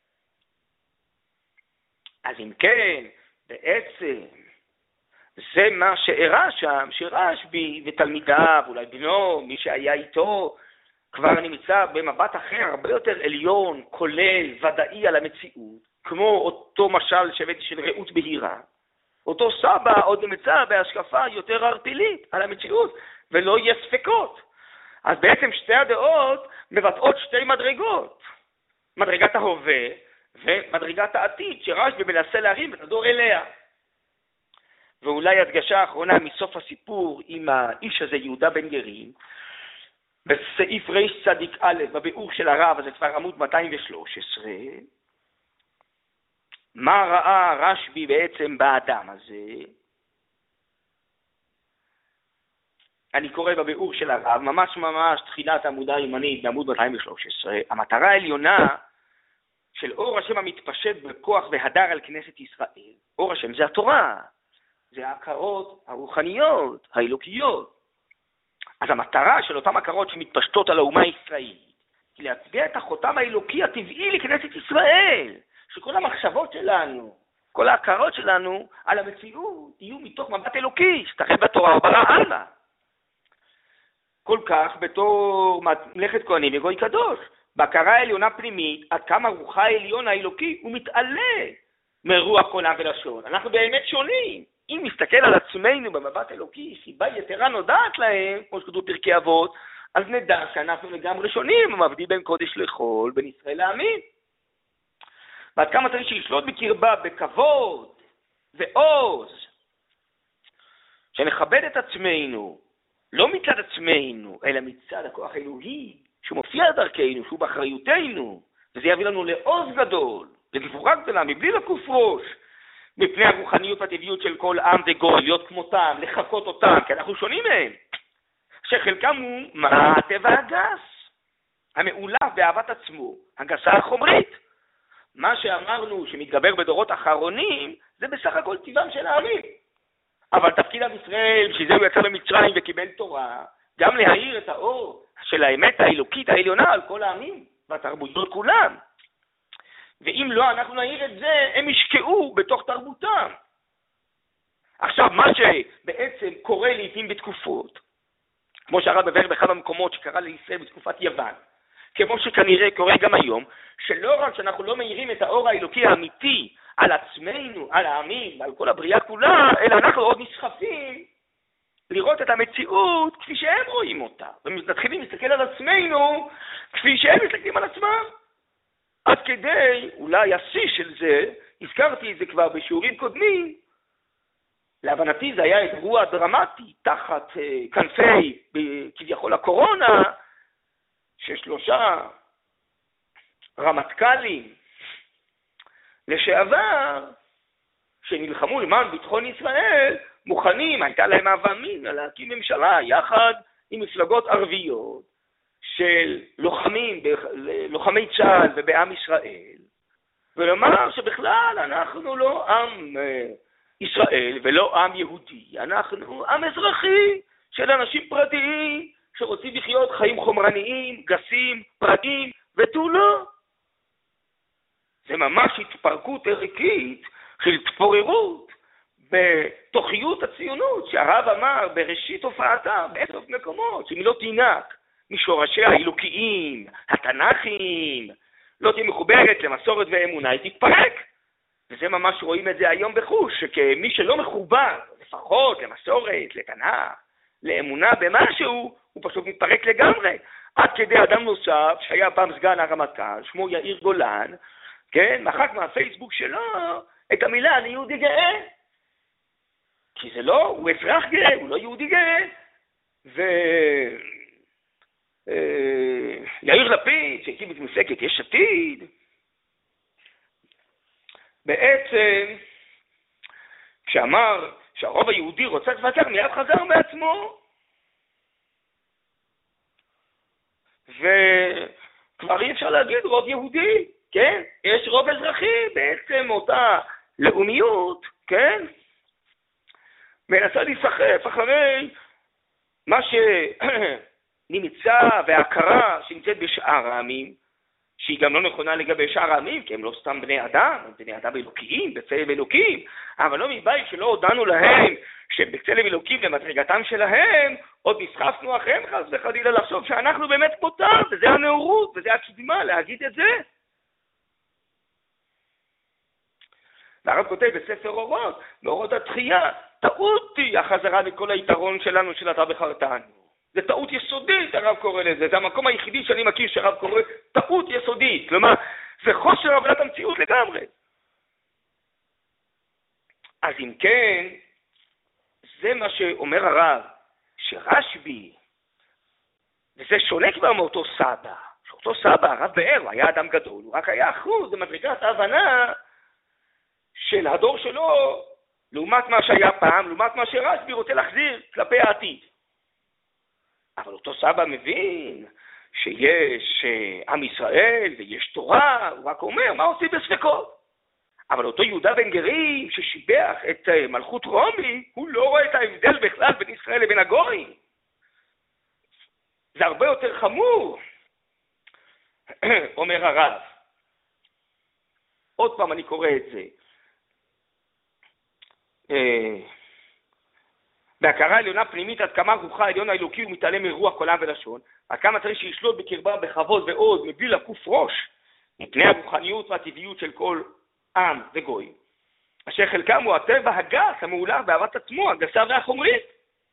אז אם כן, בעצם, זה מה שאירע שם, שרשב"י ותלמידיו, אולי בנו, מי שהיה איתו, כבר נמצא במבט אחר, הרבה יותר עליון, כולל, ודאי על המציאות, כמו אותו משל שהבאתי של רעות בהירה. אותו סבא עוד נמצא בהשקפה יותר ערפילית על המציאות, ולא יהיה ספקות. אז בעצם שתי הדעות מבטאות שתי מדרגות. מדרגת ההווה ומדרגת העתיד, שרשב"י מנסה להרים את הדור אליה. ואולי הדגשה האחרונה מסוף הסיפור עם האיש הזה, יהודה בן גרים, בסעיף רש צדיק א', בביאור של הרב, אז זה כבר עמוד מאתיים ושלוש עשרה, מה ראה רשב"י בעצם באדם הזה? אני קורא בביאור של הרב, ממש ממש תחילת העמודה הימנית בעמוד מאתיים ושלוש עשרה, המטרה העליונה של אור השם המתפשט בכוח והדר על כנסת ישראל. אור השם זה התורה, זה ההכרות הרוחניות, האלוקיות. אז המטרה של אותם הכרות שמתפשטות על האומה הישראלית, היא להצביע את החותם האלוקי הטבעי לכנסת ישראל, שכל המחשבות שלנו, כל ההכרות שלנו על המציאות, יהיו מתוך מבט אלוקי, שתחל בתורה וברא הלאה. כל כך בתור מלאכת כהנים וגוי קדוש, בהכרה העליונה פנימית, עד כמה רוחה העליון האלוקי הוא מתעלה מרוח כל עם ולשון. אנחנו באמת שונים. אם נסתכל על עצמנו במבט אלוקי, סיבה יתרה נודעת להם, כמו שכתוב פרקי אבות, אז נדע שאנחנו לגמרי שונים, מבדיל בין קודש לחול, בין ישראל לעמים. ועד כמה צריך שישלוט בקרבה, בכבוד ועוז, שנכבד את עצמנו, לא מצד עצמנו, אלא מצד הכוח האלוהי, שהוא מופיע דרכנו, שהוא באחריותנו, וזה יביא לנו לעוז גדול, לגבורה גדולה, מבלי לקוף ראש, מפני הרוחניות והטבעיות של כל עם וגוי, להיות כמותם, לחקות אותם, כי אנחנו שונים מהם, שחלקם הוא מה הטבע הגס, המעולף באהבת עצמו, הגסה החומרית. מה שאמרנו שמתגבר בדורות אחרונים, זה בסך הכל טבעם של העמים. אבל תפקיד עם ישראל, שזה הוא יצא למצרים וקיבל תורה, גם להאיר את האור של האמת האלוקית העליונה על כל העמים והתרבויות כולם. ואם לא, אנחנו נאיר את זה, הם ישקעו בתוך תרבותם. עכשיו, מה שבעצם קורה לעתים בתקופות, כמו שהרב מבאר באחד המקומות שקרה לישראל בתקופת יוון, כמו שכנראה קורה גם היום, שלא רק שאנחנו לא מאירים את האור האלוקי האמיתי על עצמנו, על העמים, על כל הבריאה כולה, אלא אנחנו עוד נסחפים לראות את המציאות כפי שהם רואים אותה. ומתחילים להסתכל על עצמנו כפי שהם מסתכלים על עצמם. עד כדי, אולי השיא של זה, הזכרתי את זה כבר בשיעורים קודמים, להבנתי זה היה אירוע דרמטי תחת uh, כנפי כביכול הקורונה, ששלושה רמטכ"לים לשעבר שנלחמו למען ביטחון ישראל מוכנים, הייתה להם אהבה מינה להקים ממשלה יחד עם מפלגות ערביות של לוחמים, לוחמי צה"ל ובעם ישראל, ולומר שבכלל אנחנו לא עם ישראל ולא עם יהודי, אנחנו עם אזרחי של אנשים פרטיים שרוצים לחיות חיים חומרניים, גסים, פרטיים ותו לא. זה ממש התפרקות ערכית של התפוררות בתוכיות הציונות, שהרב אמר בראשית הופעתה באסוף מקומות, שאם לא תינק משורשיה האלוקיים, התנ"כיים, לא תהיה מחוברת למסורת ואמונה, היא תתפרק. וזה ממש רואים את זה היום בחוש, שכמי שלא מחובר לפחות למסורת, לתנ"ך, לאמונה במשהו, הוא פשוט מתפרק לגמרי. עד כדי אדם נוסף, שהיה פעם סגן הרמטכ"ל, שמו יאיר גולן, כן, מחק מהפייסבוק שלו את המילה אני יהודי גאה. כי זה לא, הוא אזרח גאה, הוא לא יהודי גאה. ו... יאיר לפיד, שהקים את מפלגת יש עתיד, בעצם, כשאמר שהרוב היהודי רוצה לבקר, מיד חזר בעצמו. וכבר אי אפשר להגיד רוב יהודי, כן? יש רוב אזרחי, בעצם אותה לאומיות, כן? מנסה להיסחף אחרי מה שנמצא וההכרה שנמצאת בשאר העמים, שהיא גם לא נכונה לגבי שאר העמים, כי הם לא סתם בני אדם, הם בני אדם אלוקיים, בצלם אלוקים, אבל לא מבית שלא הודענו להם שבצלם אלוקים למדרגתם שלהם, עוד נסחפנו אחריהם חס וחלילה לחשוב שאנחנו באמת כמותם, וזה הנאורות, וזה הקדמה להגיד את זה. והרב כותב בספר אורות, מאורות התחייה, טעות היא החזרה מכל היתרון שלנו של אתה בחרתנו. זה טעות יסודית, הרב קורא לזה. זה המקום היחידי שאני מכיר שהרב קורא טעות יסודית. כלומר, זה חוסר הבנת המציאות לגמרי. אז אם כן, זה מה שאומר הרב, שרשב"י, וזה שונה כבר מאותו סבא. שאותו סבא, הרב באר, היה אדם גדול, הוא רק היה אחוז במדרגת ההבנה של הדור שלו, לעומת מה שהיה פעם, לעומת מה שרשב"י רוצה להחזיר כלפי העתיד. אבל אותו סבא מבין שיש עם ישראל ויש תורה, הוא רק אומר, מה עושים בספקות? אבל אותו יהודה בן גרים ששיבח את מלכות רומי, הוא לא רואה את ההבדל בכלל בין ישראל לבין הגויים. זה הרבה יותר חמור, אומר הרב. עוד פעם אני קורא את זה. בהכרה עליונה פנימית עד כמה רוחה העליון האלוקי הוא מתעלם מרוח כל עם ולשון, עד כמה צריך שישלוט בקרבה בכבוד ועוד מבלי לקוף ראש מפני הרוחניות והטבעיות של כל עם וגוי, אשר חלקם הוא הטבע הגס המעולר באהבת עצמו, הגסה והחומרית.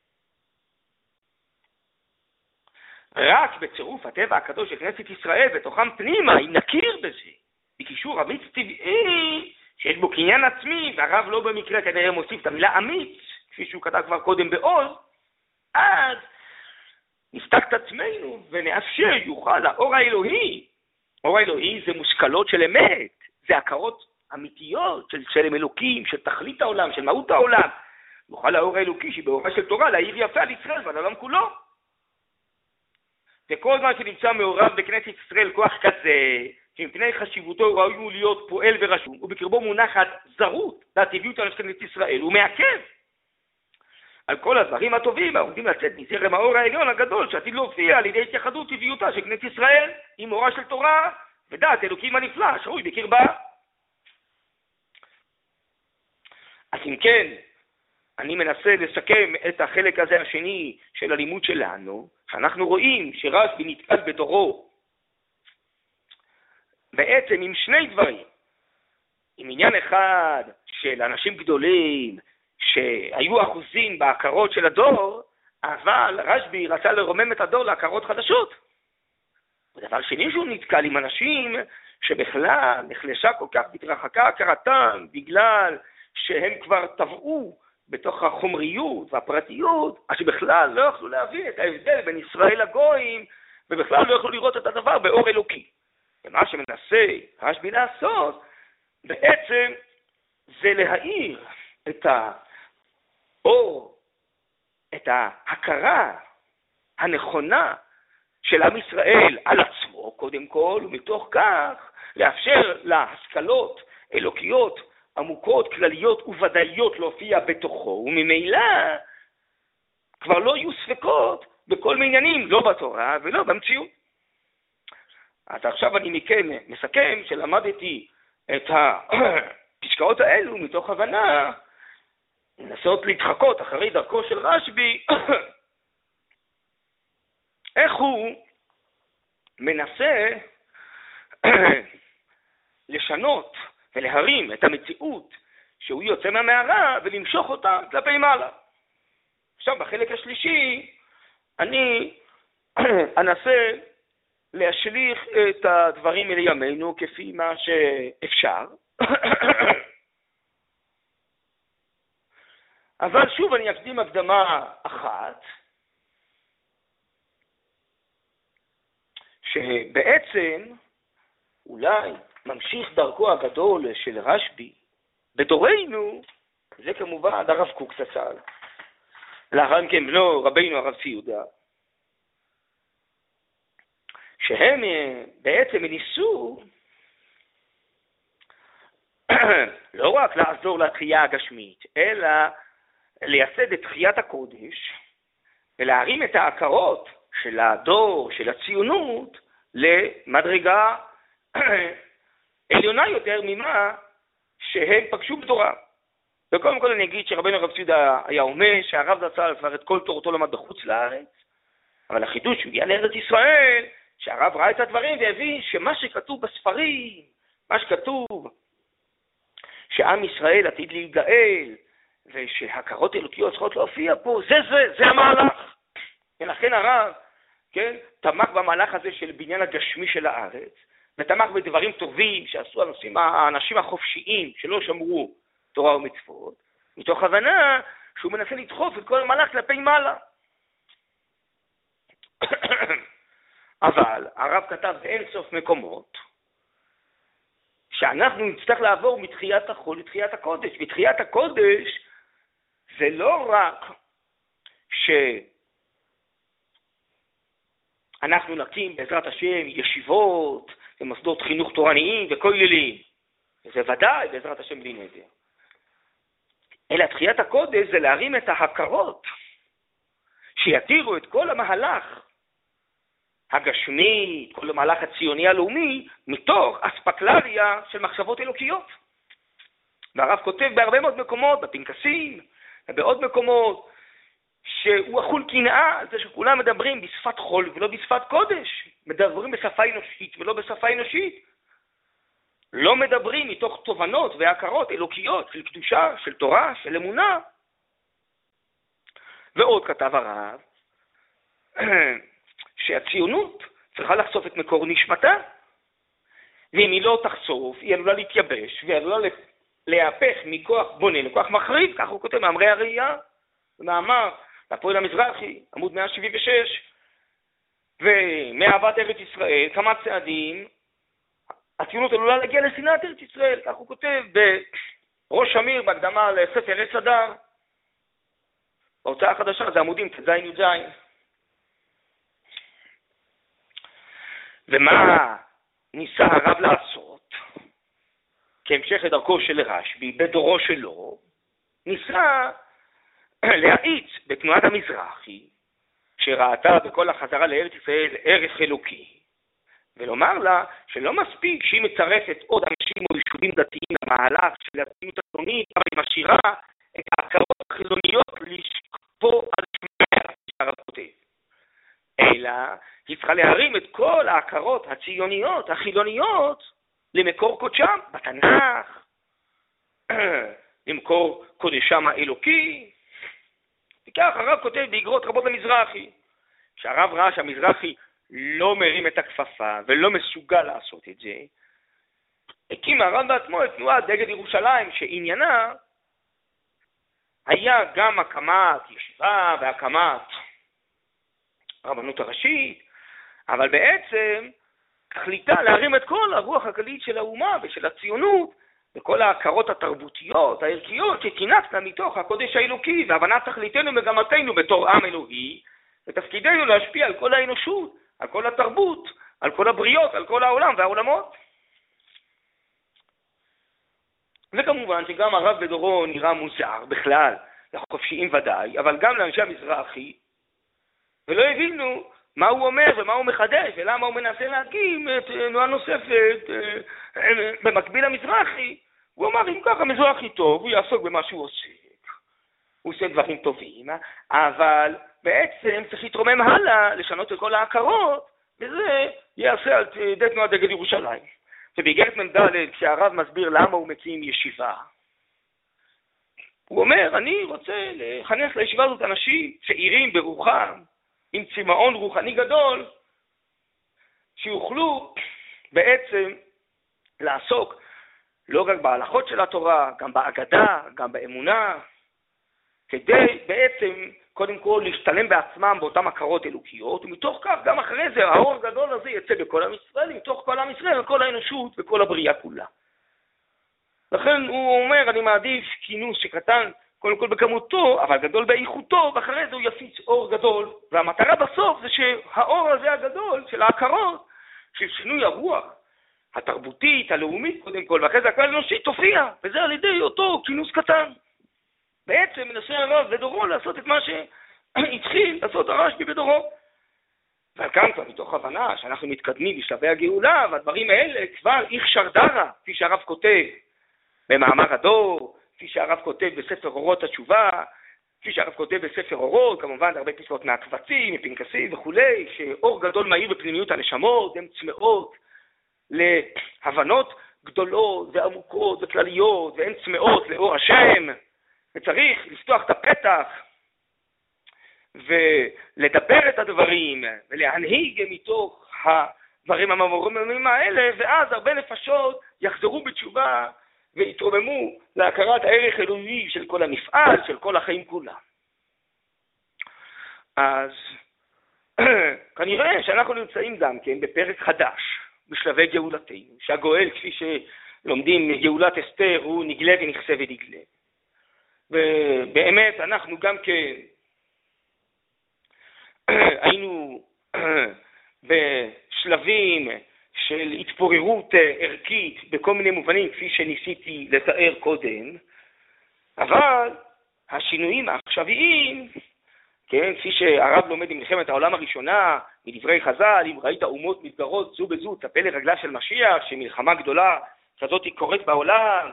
רק בצירוף הטבע הקדוש של כנסת ישראל בתוכם פנימה, אם נכיר בזה, בקישור אמיץ טבעי שיש בו קניין עצמי, והרב לא במקרה כנראה מוסיף את המילה אמיץ, כפי שהוא כתב כבר קודם בעוז, אז נפתח את עצמנו ונאפשר יוכל האור האלוהי אור האלוהי זה מושכלות של אמת, זה הכרות אמיתיות של צלם אלוקים, של תכלית העולם, של מהות העולם. נוכל האור האלוקי שבאורה של תורה להאיר יפה על ישראל ועל העולם כולו. וכל זמן שנמצא מעורב בכנסת ישראל כוח כזה, שמפני חשיבותו ראוי הוא להיות פועל ורשום, ובקרבו מונחת זרות והטבעיות על כנסת ישראל, הוא מעכב על כל הדברים הטובים העומדים לצאת מזרם האור העליון הגדול שעתיד להופיע על ידי התייחדות טבעיותה של כנסת ישראל עם אורה של תורה ודעת אלוקים הנפלא שרוי בקרבה. אז אם כן, אני מנסה לסכם את החלק הזה השני של הלימוד שלנו, שאנחנו רואים שרשב"י נתקל בדורו בעצם עם שני דברים, עם עניין אחד של אנשים גדולים שהיו אחוזים בהכרות של הדור, אבל רשב"י רצה לרומם את הדור להכרות חדשות. ודבר שני שהוא נתקל עם אנשים שבכלל נחלשה כל כך התרחקה הכרתם בגלל שהם כבר טבעו בתוך החומריות והפרטיות, אז שבכלל לא יכלו להבין את ההבדל בין ישראל לגויים, ובכלל לא יכלו לראות את הדבר באור אלוקי. ומה שמנסה רשב"י לעשות, בעצם זה להאיר את האור, את ההכרה הנכונה של עם ישראל על עצמו, קודם כל, ומתוך כך לאפשר להשכלות אלוקיות עמוקות, כלליות וודאיות להופיע בתוכו, וממילא כבר לא יהיו ספקות בכל מעניינים, לא בתורה ולא במציאות. אז עכשיו אני מכן מסכם שלמדתי את הפסקאות האלו מתוך הבנה, לנסות להתחקות אחרי דרכו של רשב"י, איך הוא מנסה לשנות ולהרים את המציאות שהוא יוצא מהמערה ולמשוך אותה כלפי מעלה. עכשיו בחלק השלישי אני אנסה להשליך את הדברים אל ימינו כפי מה שאפשר. אבל שוב אני אקדים הקדמה אחת, שבעצם אולי ממשיך דרכו הגדול של רשב"י בדורנו, זה כמובן הרב קוק זצ"ל, לאחר מכן בנו רבינו הרב צבי יהודה, שהם בעצם ניסו לא רק לעזור לתחייה הגשמית, אלא לייסד את תחיית הקודש ולהרים את ההכרות של הדור, של הציונות, למדרגה עליונה יותר ממה שהם פגשו בתורה. וקודם כל אני אגיד שרבינו הרב צבי יהודה היה אומר שהרב זצ"ל כבר את כל תורתו למד בחוץ לארץ, אבל החידוש שהגיע לארץ ישראל, שהרב ראה את הדברים והבין שמה שכתוב בספרים, מה שכתוב שעם ישראל עתיד להיגאל, ושהכרות אלוקיות צריכות להופיע פה, זה זה, זה המהלך. ולכן הרב, כן, תמך במהלך הזה של בניין הגשמי של הארץ, ותמך בדברים טובים שעשו האנשים, האנשים החופשיים שלא שמרו תורה ומצוות, מתוך הבנה שהוא מנסה לדחוף את כל המהלך כלפי מעלה. אבל הרב כתב באין סוף מקומות שאנחנו נצטרך לעבור מתחיית החול לתחיית הקודש. בתחיית הקודש זה לא רק שאנחנו נקים בעזרת השם ישיבות ומוסדות חינוך תורניים וכוללים, זה ודאי בעזרת השם בלי נדר, אלא תחיית הקודש זה להרים את ההכרות שיתירו את כל המהלך הגשמי, כל המהלך הציוני הלאומי, מתוך אספקלריה של מחשבות אלוקיות. והרב כותב בהרבה מאוד מקומות, בפנקסים, ובעוד מקומות, שהוא אכול קנאה, זה שכולם מדברים בשפת חול ולא בשפת קודש, מדברים בשפה אנושית ולא בשפה אנושית. לא מדברים מתוך תובנות והכרות אלוקיות של קדושה, של תורה, של אמונה. ועוד כתב הרב, שהציונות צריכה לחשוף את מקור נשמתה, ואם היא לא תחשוף, היא עלולה להתייבש, והיא עלולה להפך מכוח בונה לכוח מחריב, כך הוא כותב מאמרי הראייה, במאמר להפועל המזרחי, עמוד מאה שבעים ושש, ומאהבת ארץ ישראל, כמה צעדים הציונות עלולה להגיע לשנאת ארץ ישראל, כך הוא כותב בראש שמיר בהקדמה לספר עץ הדר. ההוצאה החדשה זה עמודים ט"ז י"ז. ומה ניסה הרב לעשות? כהמשך לדרכו של רשב"י, בדורו שלו, ניסה להאיץ בתנועת המזרחי, שראתה בכל החזרה לארץ ישראל ערך אלוקי, ולומר לה שלא מספיק שהיא מצרפת עוד אנשים או יישובים דתיים למהלך של הציונות החילונית, אבל היא משאירה את ההכרות החילוניות לשפור על שמיה, שהרב כותב. אלא היא צריכה להרים את כל ההכרות הציוניות, החילוניות, למקור קודשם, בתנ"ך, למקור קודשם האלוקי. וכך הרב כותב באגרות רבות למזרחי. כשהרב ראה שהמזרחי לא מרים את הכפפה ולא מסוגל לעשות את זה, הקים הרב בעצמו את תנועת דגל ירושלים, שעניינה היה גם הקמת ישיבה והקמת הרבנות הראשית, אבל בעצם תכליתה להרים את כל הרוח הכללית של האומה ושל הציונות, וכל ההכרות התרבותיות, הערכיות, שכינסנה מתוך הקודש האלוקי, והבנת תכליתנו ומגמתנו בתור עם אלוהי, ותפקידנו להשפיע על כל האנושות, על כל התרבות, על כל הבריות, על כל העולם והעולמות. וכמובן שגם הרב בדורו נראה מוזר בכלל, לחופשיים ודאי, אבל גם לאנשי המזרחי, ולא הבינו מה הוא אומר ומה הוא מחדש, ולמה הוא מנסה להקים את תנועה נוספת במקביל למזרחי. הוא אמר, אם ככה מזרחי טוב, הוא יעסוק במה שהוא עושה. הוא עושה דברים טובים, אבל בעצם צריך להתרומם הלאה, לשנות את כל ההכרות, וזה יעשה על ידי תנועת דגל ירושלים. ובאיגרת מ"ד, כשהרב מסביר למה הוא מקים ישיבה, הוא אומר, אני רוצה לכנס לישיבה הזאת אנשים צעירים ברוחם, עם צמאון רוחני גדול, שיוכלו בעצם לעסוק לא רק בהלכות של התורה, גם בהגדה, גם באמונה, כדי בעצם קודם כל להשתלם בעצמם באותם הכרות אלוקיות, ומתוך כך גם אחרי זה האור הגדול הזה יצא בכל עם ישראל, מתוך כל עם ישראל וכל האנושות וכל הבריאה כולה. לכן הוא אומר, אני מעדיף כינוס שקטן קודם כל בכמותו, אבל גדול באיכותו, ואחרי זה הוא יפיץ אור גדול. והמטרה בסוף זה שהאור הזה הגדול של ההכרות, של שינוי הרוח התרבותית, הלאומית קודם כל, ואחרי זה הכלל האנושי תופיע, וזה על ידי אותו כינוס קטן. בעצם מנסה הרב בדורו לעשות את מה שהתחיל לעשות הרשב"י בדורו. ועל כאן כבר מתוך הבנה שאנחנו מתקדמים בשלבי הגאולה, והדברים האלה כבר איך שרדרה, כפי שהרב כותב במאמר הדור, כפי שהרב כותב בספר אורות התשובה, כפי שהרב כותב בספר אורות, כמובן הרבה פסקאות מהקבצים, מפנקסים וכולי, שאור גדול מהיר בפנימיות הנשמות, הן צמאות להבנות גדולות ועמוקות וכלליות, והן צמאות לאור השם, וצריך לפתוח את הפתח ולדבר את הדברים ולהנהיג מתוך הדברים הממורממים האלה, ואז הרבה נפשות יחזרו בתשובה והתרוממו להכרת הערך אלוהי של כל המפעל, של כל החיים כולם. אז כנראה שאנחנו נמצאים גם כן בפרק חדש בשלבי גאולתנו, שהגואל כפי שלומדים גאולת אסתר הוא נגלה ונכסה ונגלה. ובאמת אנחנו גם כן היינו בשלבים של התפוררות ערכית בכל מיני מובנים כפי שניסיתי לתאר קודם, אבל השינויים העכשוויים, כן, כפי שהרב לומד במלחמת העולם הראשונה מדברי חז"ל, אם ראית אומות מתגרות זו בזו תפה לרגלה של משיח, שמלחמה גדולה כזאת היא קורית בעולם,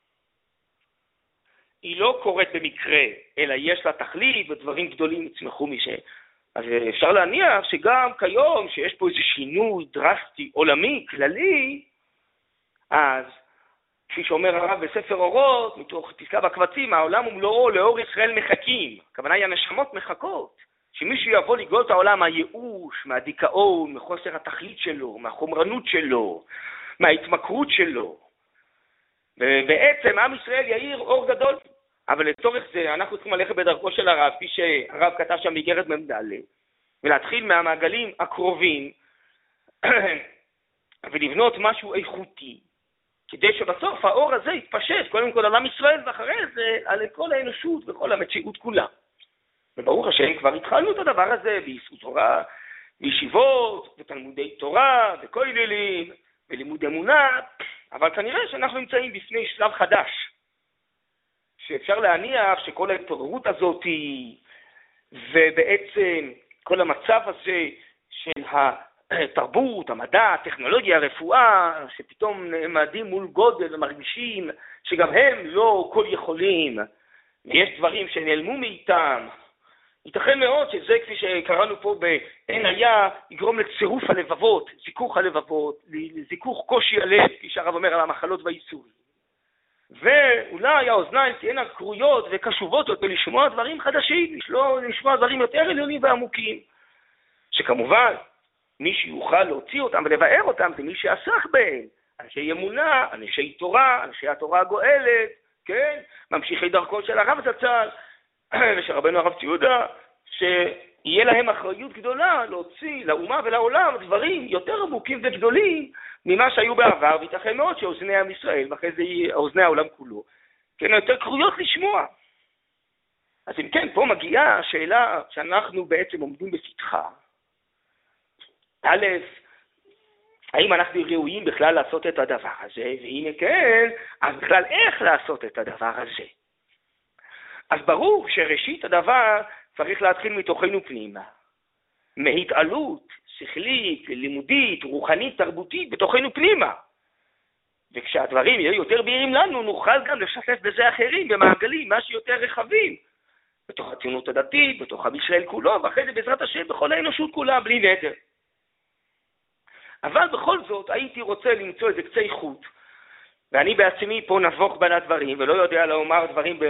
היא לא קורית במקרה, אלא יש לה תכלית ודברים גדולים יצמחו מזה. אז אפשר להניח שגם כיום שיש פה איזה שינוי דרסטי עולמי כללי, אז כפי שאומר הרב בספר אורות, מתוך פסקה בקבצים, העולם ומלואו לאור ישראל מחכים. הכוונה היא הנשמות מחכות, שמישהו יבוא לגאול את העולם מהייאוש, מהדיכאון, מחוסר התכלית שלו, מהחומרנות שלו, מההתמכרות שלו. ובעצם עם ישראל יאיר אור גדול. אבל לצורך זה אנחנו צריכים ללכת בדרכו של הרב, כפי שהרב כתב שם באיגרת מ"ד, ולהתחיל מהמעגלים הקרובים ולבנות משהו איכותי, כדי שבסוף האור הזה יתפשט, קודם כל על עם ישראל, ואחרי זה על כל האנושות וכל המציאות כולה. וברוך השם כבר התחלנו את הדבר הזה, בייסוד תורה, בישיבות, ותלמודי תורה, וכוללים, ולימוד אמונה, אבל כנראה שאנחנו נמצאים בפני שלב חדש, שאפשר להניח שכל ההתעוררות הזאת, ובעצם כל המצב הזה של התרבות, המדע, הטכנולוגיה, הרפואה, שפתאום נעמדים מול גודל ומרגישים שגם הם לא כל יכולים, ויש דברים שנעלמו מאיתם, ייתכן מאוד שזה, כפי שקראנו פה בעין היה, יגרום לצירוף הלבבות, זיכוך הלבבות, לזיכוך קושי הלב, כפי שהרב אומר על המחלות והייסורים. ואולי האוזניים תהיינה קרויות וקשובות יותר לשמוע דברים חדשים, לא לשמוע דברים יותר עליונים ועמוקים, שכמובן מי שיוכל להוציא אותם ולבאר אותם זה מי שעסק בהם, אנשי אמונה, אנשי תורה, אנשי התורה הגואלת, כן? ממשיכי דרכו של הרב זצ"ל ושל רבנו הרב ציודה, שיהיה להם אחריות גדולה להוציא לאומה ולעולם דברים יותר עמוקים וגדולים ממה שהיו בעבר, וייתכן מאוד שאוזני עם ישראל, ואחרי זה אוזני העולם כולו, כן, יותר קרויות לשמוע. אז אם כן, פה מגיעה השאלה שאנחנו בעצם עומדים בפתחה. א', האם אנחנו ראויים בכלל לעשות את הדבר הזה, והנה כן, אז בכלל איך לעשות את הדבר הזה. אז ברור שראשית הדבר צריך להתחיל מתוכנו פנימה, מהתעלות שכלית, לימודית, רוחנית, תרבותית, בתוכנו פנימה. וכשהדברים יהיו יותר בהירים לנו, נוכל גם לשתף בזה אחרים, במעגלים, משהו יותר רחבים, בתוך הציונות הדתית, בתוך עם ישראל כולו, ואחרי זה בעזרת השם בכל האנושות כולה, בלי נדר. אבל בכל זאת הייתי רוצה למצוא איזה קצה חוט, ואני בעצמי פה נבוך בין הדברים, ולא יודע לומר דברים ב...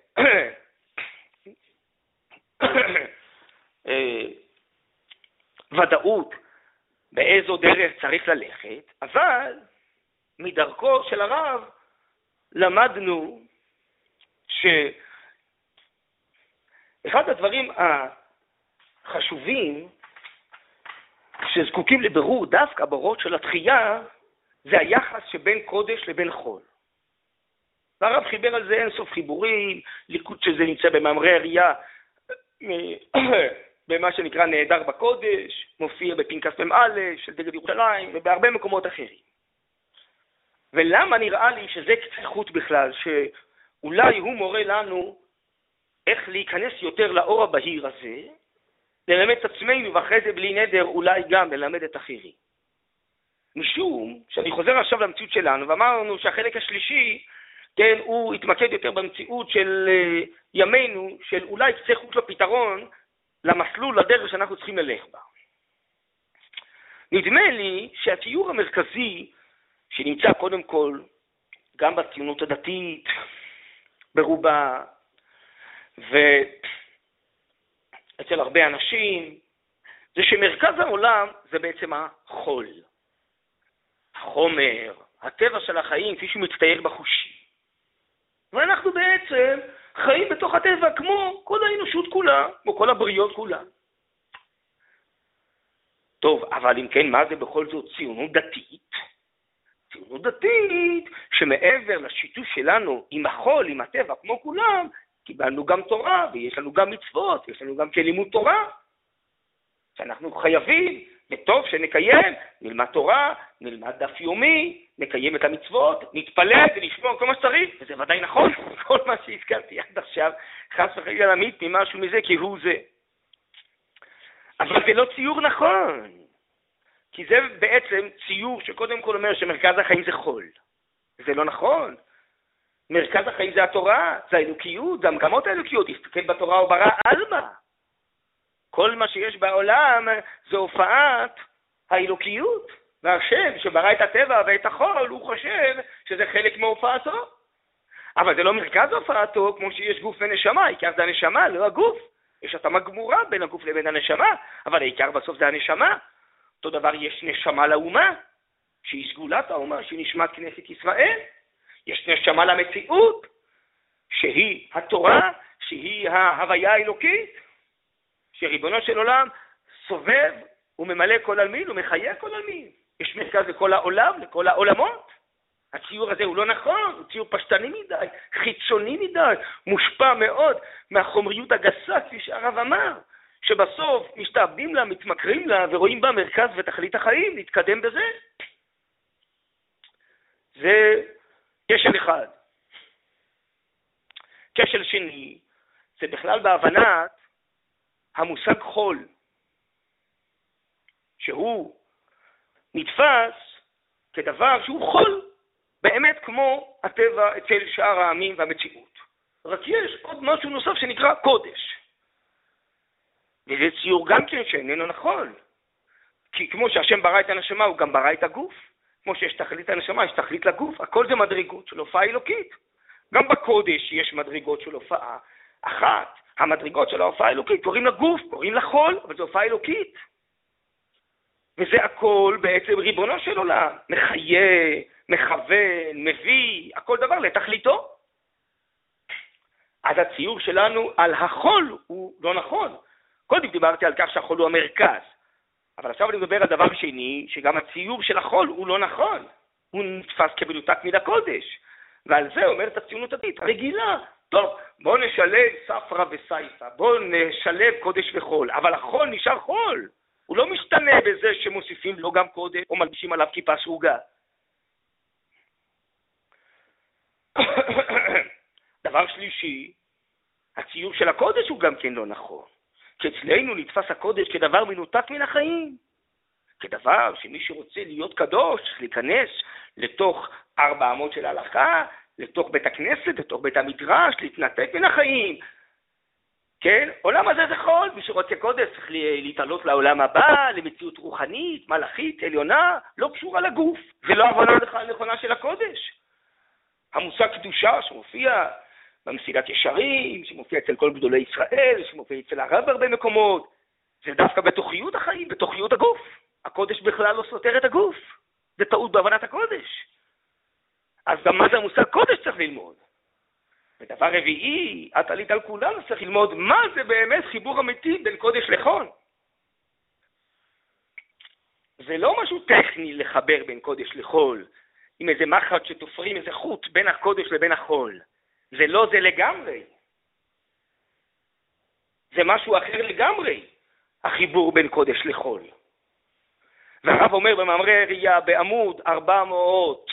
ודאות באיזו דרך צריך ללכת, אבל מדרכו של הרב למדנו שאחד הדברים החשובים שזקוקים לבירור דווקא ברות של התחייה זה היחס שבין קודש לבין חול. והרב חיבר על זה אין סוף חיבורים, ליקוד שזה נמצא במאמרי הראייה, במה שנקרא נהדר בקודש, מופיע בפנקס מ"א של דגל ירושלים ובהרבה מקומות אחרים. ולמה נראה לי שזה קצה חוט בכלל, שאולי הוא מורה לנו איך להיכנס יותר לאור הבהיר הזה, ללמד את עצמנו ואחרי זה בלי נדר אולי גם ללמד את אחרים. משום שאני חוזר עכשיו למציאות שלנו ואמרנו שהחלק השלישי, כן, הוא התמקד יותר במציאות של ימינו, של אולי קצה חוט לפתרון, למסלול, לדרך שאנחנו צריכים ללך בה. נדמה לי שהתיאור המרכזי שנמצא קודם כל גם בציונות הדתית, ברובה, ואצל הרבה אנשים, זה שמרכז העולם זה בעצם החול. החומר, הטבע של החיים, כפי שהוא מצטייר בחושים. ואנחנו בעצם חיים בתוך הטבע כמו כל האנושות כולה, כמו כל הבריות כולה. טוב, אבל אם כן, מה זה בכל זאת ציונות דתית? ציונות דתית שמעבר לשיתוף שלנו עם החול, עם הטבע, כמו כולם, קיבלנו גם תורה, ויש לנו גם מצוות, יש לנו גם כלימוד תורה, שאנחנו חייבים, וטוב שנקיים, נלמד תורה, נלמד דף יומי, נקיים את המצוות, נתפלל ונשמור כל מה שצריך, וזה ודאי נכון, כל מה שהזכרתי עד עכשיו, חס וחלילה להמעיט ממשהו מזה, כי הוא זה. אבל זה לא ציור נכון, כי זה בעצם ציור שקודם כל אומר שמרכז החיים זה חול. זה לא נכון. מרכז החיים זה התורה, זה האלוקיות, זה המגמות האלוקיות, תסתכל בתורה או ברא אלמה. כל מה שיש בעולם זה הופעת האלוקיות, והשם שברא את הטבע ואת החול, הוא חושב שזה חלק מהופעתו. אבל זה לא מרכז הופעתו, כמו שיש גוף ונשמה, העיקר זה הנשמה, לא הגוף. יש התאמה גמורה בין הגוף לבין הנשמה, אבל העיקר בסוף זה הנשמה. אותו דבר יש נשמה לאומה, שהיא סגולת האומה, שהיא נשמת כנסת ישראל. יש נשמה למציאות, שהיא התורה, שהיא ההוויה האלוקית, שריבונו של עולם סובב וממלא כל עלמין ומחיה כל עלמין. יש מרכז לכל העולם, לכל העולמות. הציור הזה הוא לא נכון, הוא ציור פשטני מדי, חיצוני מדי, מושפע מאוד מהחומריות הגסה, כפי שהרב אמר, שבסוף משתעבדים לה, מתמכרים לה ורואים בה מרכז ותכלית החיים, להתקדם בזה. זה כשל אחד. כשל שני, זה בכלל בהבנת המושג חול, שהוא נתפס כדבר שהוא חול, באמת כמו הטבע אצל שאר העמים והמציאות. רק יש עוד משהו נוסף שנקרא קודש. וזה ציור גם כן שאיננו נכון. כי כמו שהשם ברא את הנשמה, הוא גם ברא את הגוף. כמו שיש תכלית הנשמה, יש תכלית לגוף. הכל זה מדרגות של הופעה אלוקית. גם בקודש יש מדרגות של הופעה אחת. המדרגות של ההופעה האלוקית קוראים לגוף, קוראים לחול, אבל זו הופעה אלוקית. וזה הכל בעצם ריבונו של עולם. מחיה, מכוון, מביא, הכל דבר לתכליתו. אז הציור שלנו על החול הוא לא נכון. קודם דיברתי על כך שהחול הוא המרכז. אבל עכשיו אני מדבר על דבר שני, שגם הציור של החול הוא לא נכון. הוא נתפס כמנותק מן הקודש. ועל זה אומרת הציונות הדתית, רגילה. טוב, בואו נשלב ספרא וסייפא, בואו נשלב קודש וחול. אבל החול נשאר חול. הוא לא משתנה בזה שמוסיפים לו גם קודש או מלבישים עליו כיפה סרוגה. דבר שלישי, הציור של הקודש הוא גם כן לא נכון. כי אצלנו נתפס הקודש כדבר מנותק מן החיים. כדבר שמי שרוצה להיות קדוש, להיכנס לתוך ארבע אמות של ההלכה, לתוך בית הכנסת, לתוך בית המדרש, להתנתק מן החיים. כן? עולם הזה זה חול, מי שרוצה קודש צריך להתעלות לעולם הבא, למציאות רוחנית, מלאכית, עליונה, לא קשורה לגוף. זה לא הבנה נכונה של הקודש. המושג קדושה שמופיע במסילת ישרים, שמופיע אצל כל גדולי ישראל, שמופיע אצל הרב בהרבה מקומות, זה דווקא בתוכיות החיים, בתוכיות הגוף. הקודש בכלל לא סותר את הגוף. זה טעות בהבנת הקודש. אז גם מה זה המושג קודש צריך ללמוד. ודבר רביעי, את עלית על כולנו, צריך ללמוד מה זה באמת חיבור אמיתי בין קודש לחול. זה לא משהו טכני לחבר בין קודש לחול, עם איזה מחט שתופרים איזה חוט בין הקודש לבין החול. זה לא זה לגמרי. זה משהו אחר לגמרי, החיבור בין קודש לחול. והרב אומר במאמרי ראייה בעמוד ארבע מאות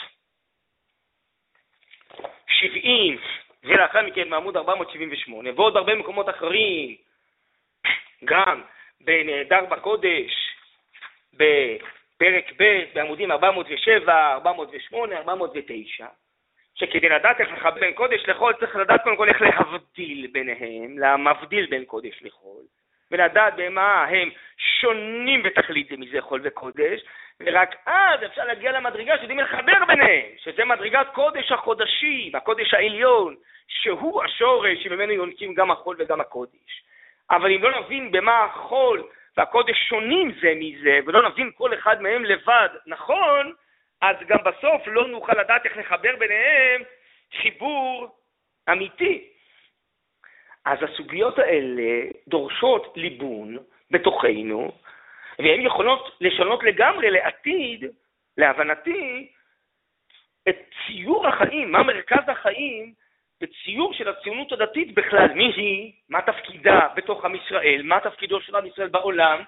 שבעים, ולאחר מכן בעמוד ארבע מאות שבעים ושמונה, ועוד הרבה מקומות אחרים, גם בנהדר בקודש, בפרק ב' בעמודים ארבע מאות ושבע, ארבע מאות ושמונה, ארבע מאות ותשע, שכדי לדעת איך לחבר בין קודש לחול, צריך לדעת קודם כל איך להבדיל ביניהם, למבדיל בין קודש לחול, ולדעת במה הם שונים בתכלית זה מזה חול וקודש, ורק אז אפשר להגיע למדרגה שיודעים לחבר ביניהם, שזה מדרגת קודש החודשים, הקודש העליון, שהוא השורש שממנו יונקים גם החול וגם הקודש. אבל אם לא נבין במה החול והקודש שונים זה מזה, ולא נבין כל אחד מהם לבד נכון, אז גם בסוף לא נוכל לדעת איך לחבר ביניהם חיבור אמיתי. אז הסוגיות האלה דורשות ליבון בתוכנו, והן יכולות לשנות לגמרי לעתיד, להבנתי, את ציור החיים, מה מרכז החיים, בציור של הציונות הדתית בכלל, מי היא, מה תפקידה בתוך עם ישראל, מה תפקידו של עם ישראל בעולם,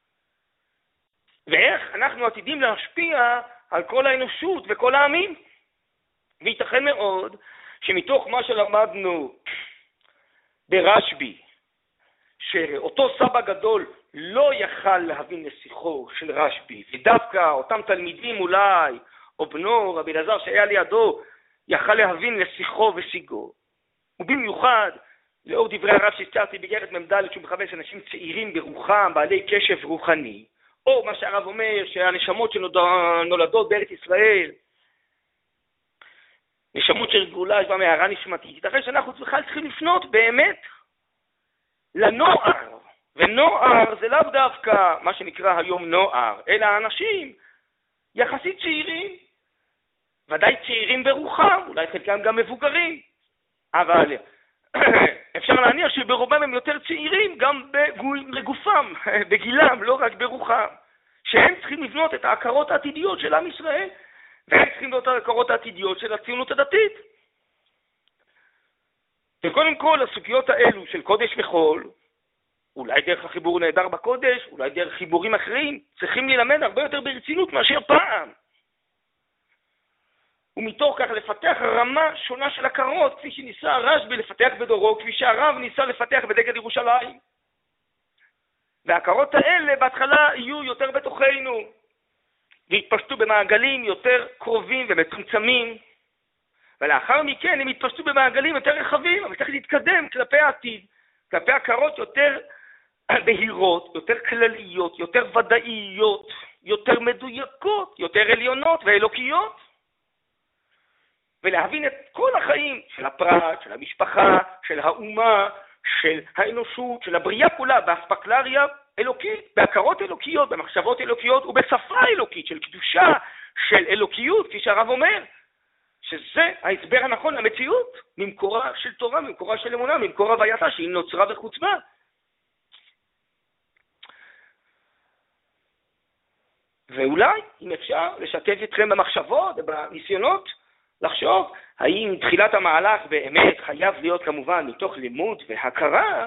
ואיך אנחנו עתידים להשפיע על כל האנושות וכל העמים. וייתכן מאוד שמתוך מה שלמדנו ברשב"י, שאותו סבא גדול לא יכל להבין לשיחו של רשב"י, ודווקא אותם תלמידים אולי, או בנו, רבי אלעזר שהיה לידו, יכל להבין לשיחו ושיגו. ובמיוחד, לאור דברי הרב שהזכרתי באיגרת מ"ד, שהוא מכוון אנשים צעירים ברוחם, בעלי קשב רוחני, או מה שהרב אומר, שהנשמות שנולדות בארץ ישראל, נשמות של גאולה, יש בה מערה נשמתית, ייתכן שאנחנו צריכים לפנות באמת לנוער, ונוער זה לאו דווקא מה שנקרא היום נוער, אלא אנשים יחסית צעירים, ודאי צעירים ברוחם, אולי חלקם גם מבוגרים, אבל אפשר להניח שברובם הם יותר צעירים גם בגופם, בגילם, לא רק ברוחם, שהם צריכים לבנות את ההכרות העתידיות של עם ישראל, והם צריכים לבנות את ההכרות העתידיות של הציונות הדתית. וקודם כל, הסוגיות האלו של קודש וחול, אולי דרך החיבור נהדר בקודש, אולי דרך חיבורים אחרים, צריכים ללמד הרבה יותר ברצינות מאשר פעם. ומתוך כך לפתח רמה שונה של הכרות, כפי שניסה הרשב"י לפתח בדורו, כפי שהרב ניסה לפתח בדגל ירושלים. והכרות האלה בהתחלה יהיו יותר בתוכנו, והתפשטו במעגלים יותר קרובים ומצומצמים, ולאחר מכן הם התפשטו במעגלים יותר רחבים, אבל צריך להתקדם כלפי העתיד, כלפי הכרות יותר בהירות, יותר כלליות, יותר ודאיות, יותר מדויקות, יותר עליונות ואלוקיות, ולהבין את כל החיים של הפרט, של המשפחה, של האומה, של האנושות, של הבריאה כולה, באספקלריה אלוקית, בהכרות אלוקיות, במחשבות אלוקיות ובשפה אלוקית של קדושה, של אלוקיות, כפי שהרב אומר, שזה ההסבר הנכון למציאות, ממקורה של תורה, ממקורה של אמונה, ממקור הווייתה שהיא נוצרה וחוצבה. ואולי, אם אפשר, לשתף אתכם במחשבות ובניסיונות, לחשוב האם תחילת המהלך באמת חייב להיות כמובן מתוך לימוד והכרה,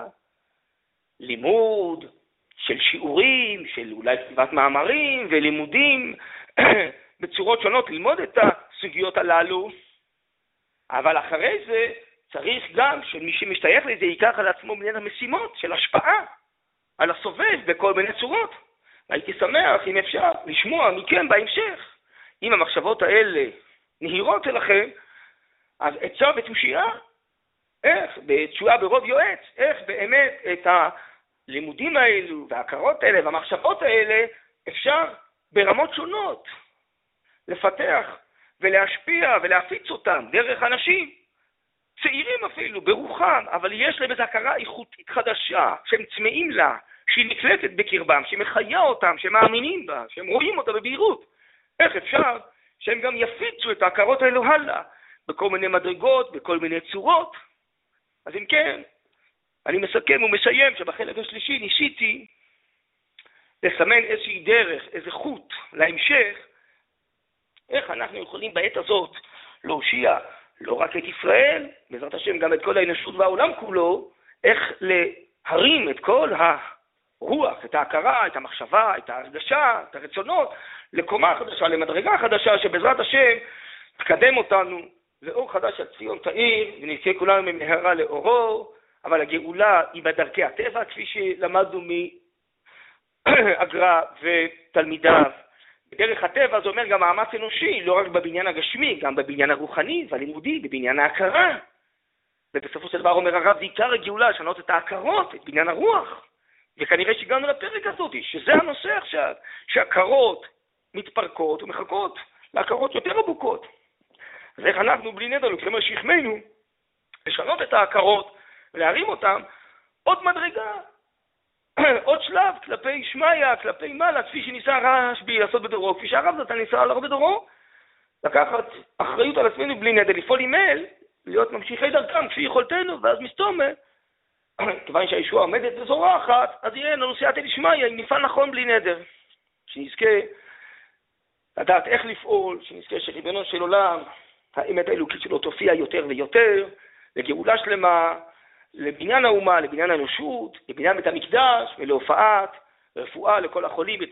לימוד של שיעורים, של אולי כתיבת מאמרים ולימודים בצורות שונות ללמוד את הסוגיות הללו, אבל אחרי זה צריך גם שמי שמשתייך לזה ייקח על עצמו מן המשימות של השפעה על הסובב בכל מיני צורות. הייתי שמח אם אפשר לשמוע מכם בהמשך. אם המחשבות האלה נהירות אליכם, אז עצה ותושייה, איך בתשועה ברוב יועץ, איך באמת את הלימודים האלו וההכרות האלה והמחשבות האלה אפשר ברמות שונות לפתח ולהשפיע ולהפיץ אותם דרך אנשים צעירים אפילו, ברוחם, אבל יש להם איזו הכרה איכותית חדשה, שהם צמאים לה, שהיא נקלטת בקרבם, שהיא מחיה אותם, שהם מאמינים בה, שהם רואים אותה בבהירות. איך אפשר שהם גם יפיצו את ההכרות האלו הלאה, בכל מיני מדרגות, בכל מיני צורות? אז אם כן, אני מסכם ומסיים שבחלק השלישי ניסיתי לסמן איזושהי דרך, איזה חוט להמשך, איך אנחנו יכולים בעת הזאת להושיע לא רק את ישראל, בעזרת השם גם את כל האנושות והעולם כולו, איך להרים את כל הרוח, את ההכרה, את המחשבה, את ההרגשה, את הרצונות, לקומה חדשה, למדרגה חדשה, שבעזרת השם תקדם אותנו לאור חדש על ציון תאיר, ונזכה כולנו ממהרה לאורו. אבל הגאולה היא בדרכי הטבע, כפי שלמדנו מהגר"א ותלמידיו. בדרך הטבע זה אומר גם מאמץ אנושי, לא רק בבניין הגשמי, גם בבניין הרוחני והלימודי, בבניין ההכרה. ובסופו של דבר אומר הרב, זה עיקר הגאולה, לשנות את ההכרות, את בניין הרוח. וכנראה שהגענו לפרק הזאת, שזה הנושא עכשיו, שהכרות מתפרקות ומחכות להכרות יותר עמוקות. אז איך אנחנו בלי נדר לוקחים על שכמנו לשנות את ההכרות ולהרים אותם עוד מדרגה, עוד שלב כלפי שמיה, כלפי מעלה, כפי שניסה הרשב"י לעשות בדורו, כפי שהרב נתן ניסה לעשות בדורו, לקחת אחריות על עצמנו בלי נדר, לפעול עם אל, להיות ממשיכי דרכם כפי יכולתנו, ואז מסתומא, כיוון שהישועה עומדת וזורחת, אז יהיה לנו סייעתא דשמיא, אם נפעל נכון בלי נדר, שנזכה לדעת איך לפעול, שנזכה שריבונו של עולם, האמת האלוקית שלו תופיע יותר ויותר, לגאולה שלמה, לבניין האומה, לבניין האנושות, לבניין בית המקדש ולהופעת רפואה לכל החולים.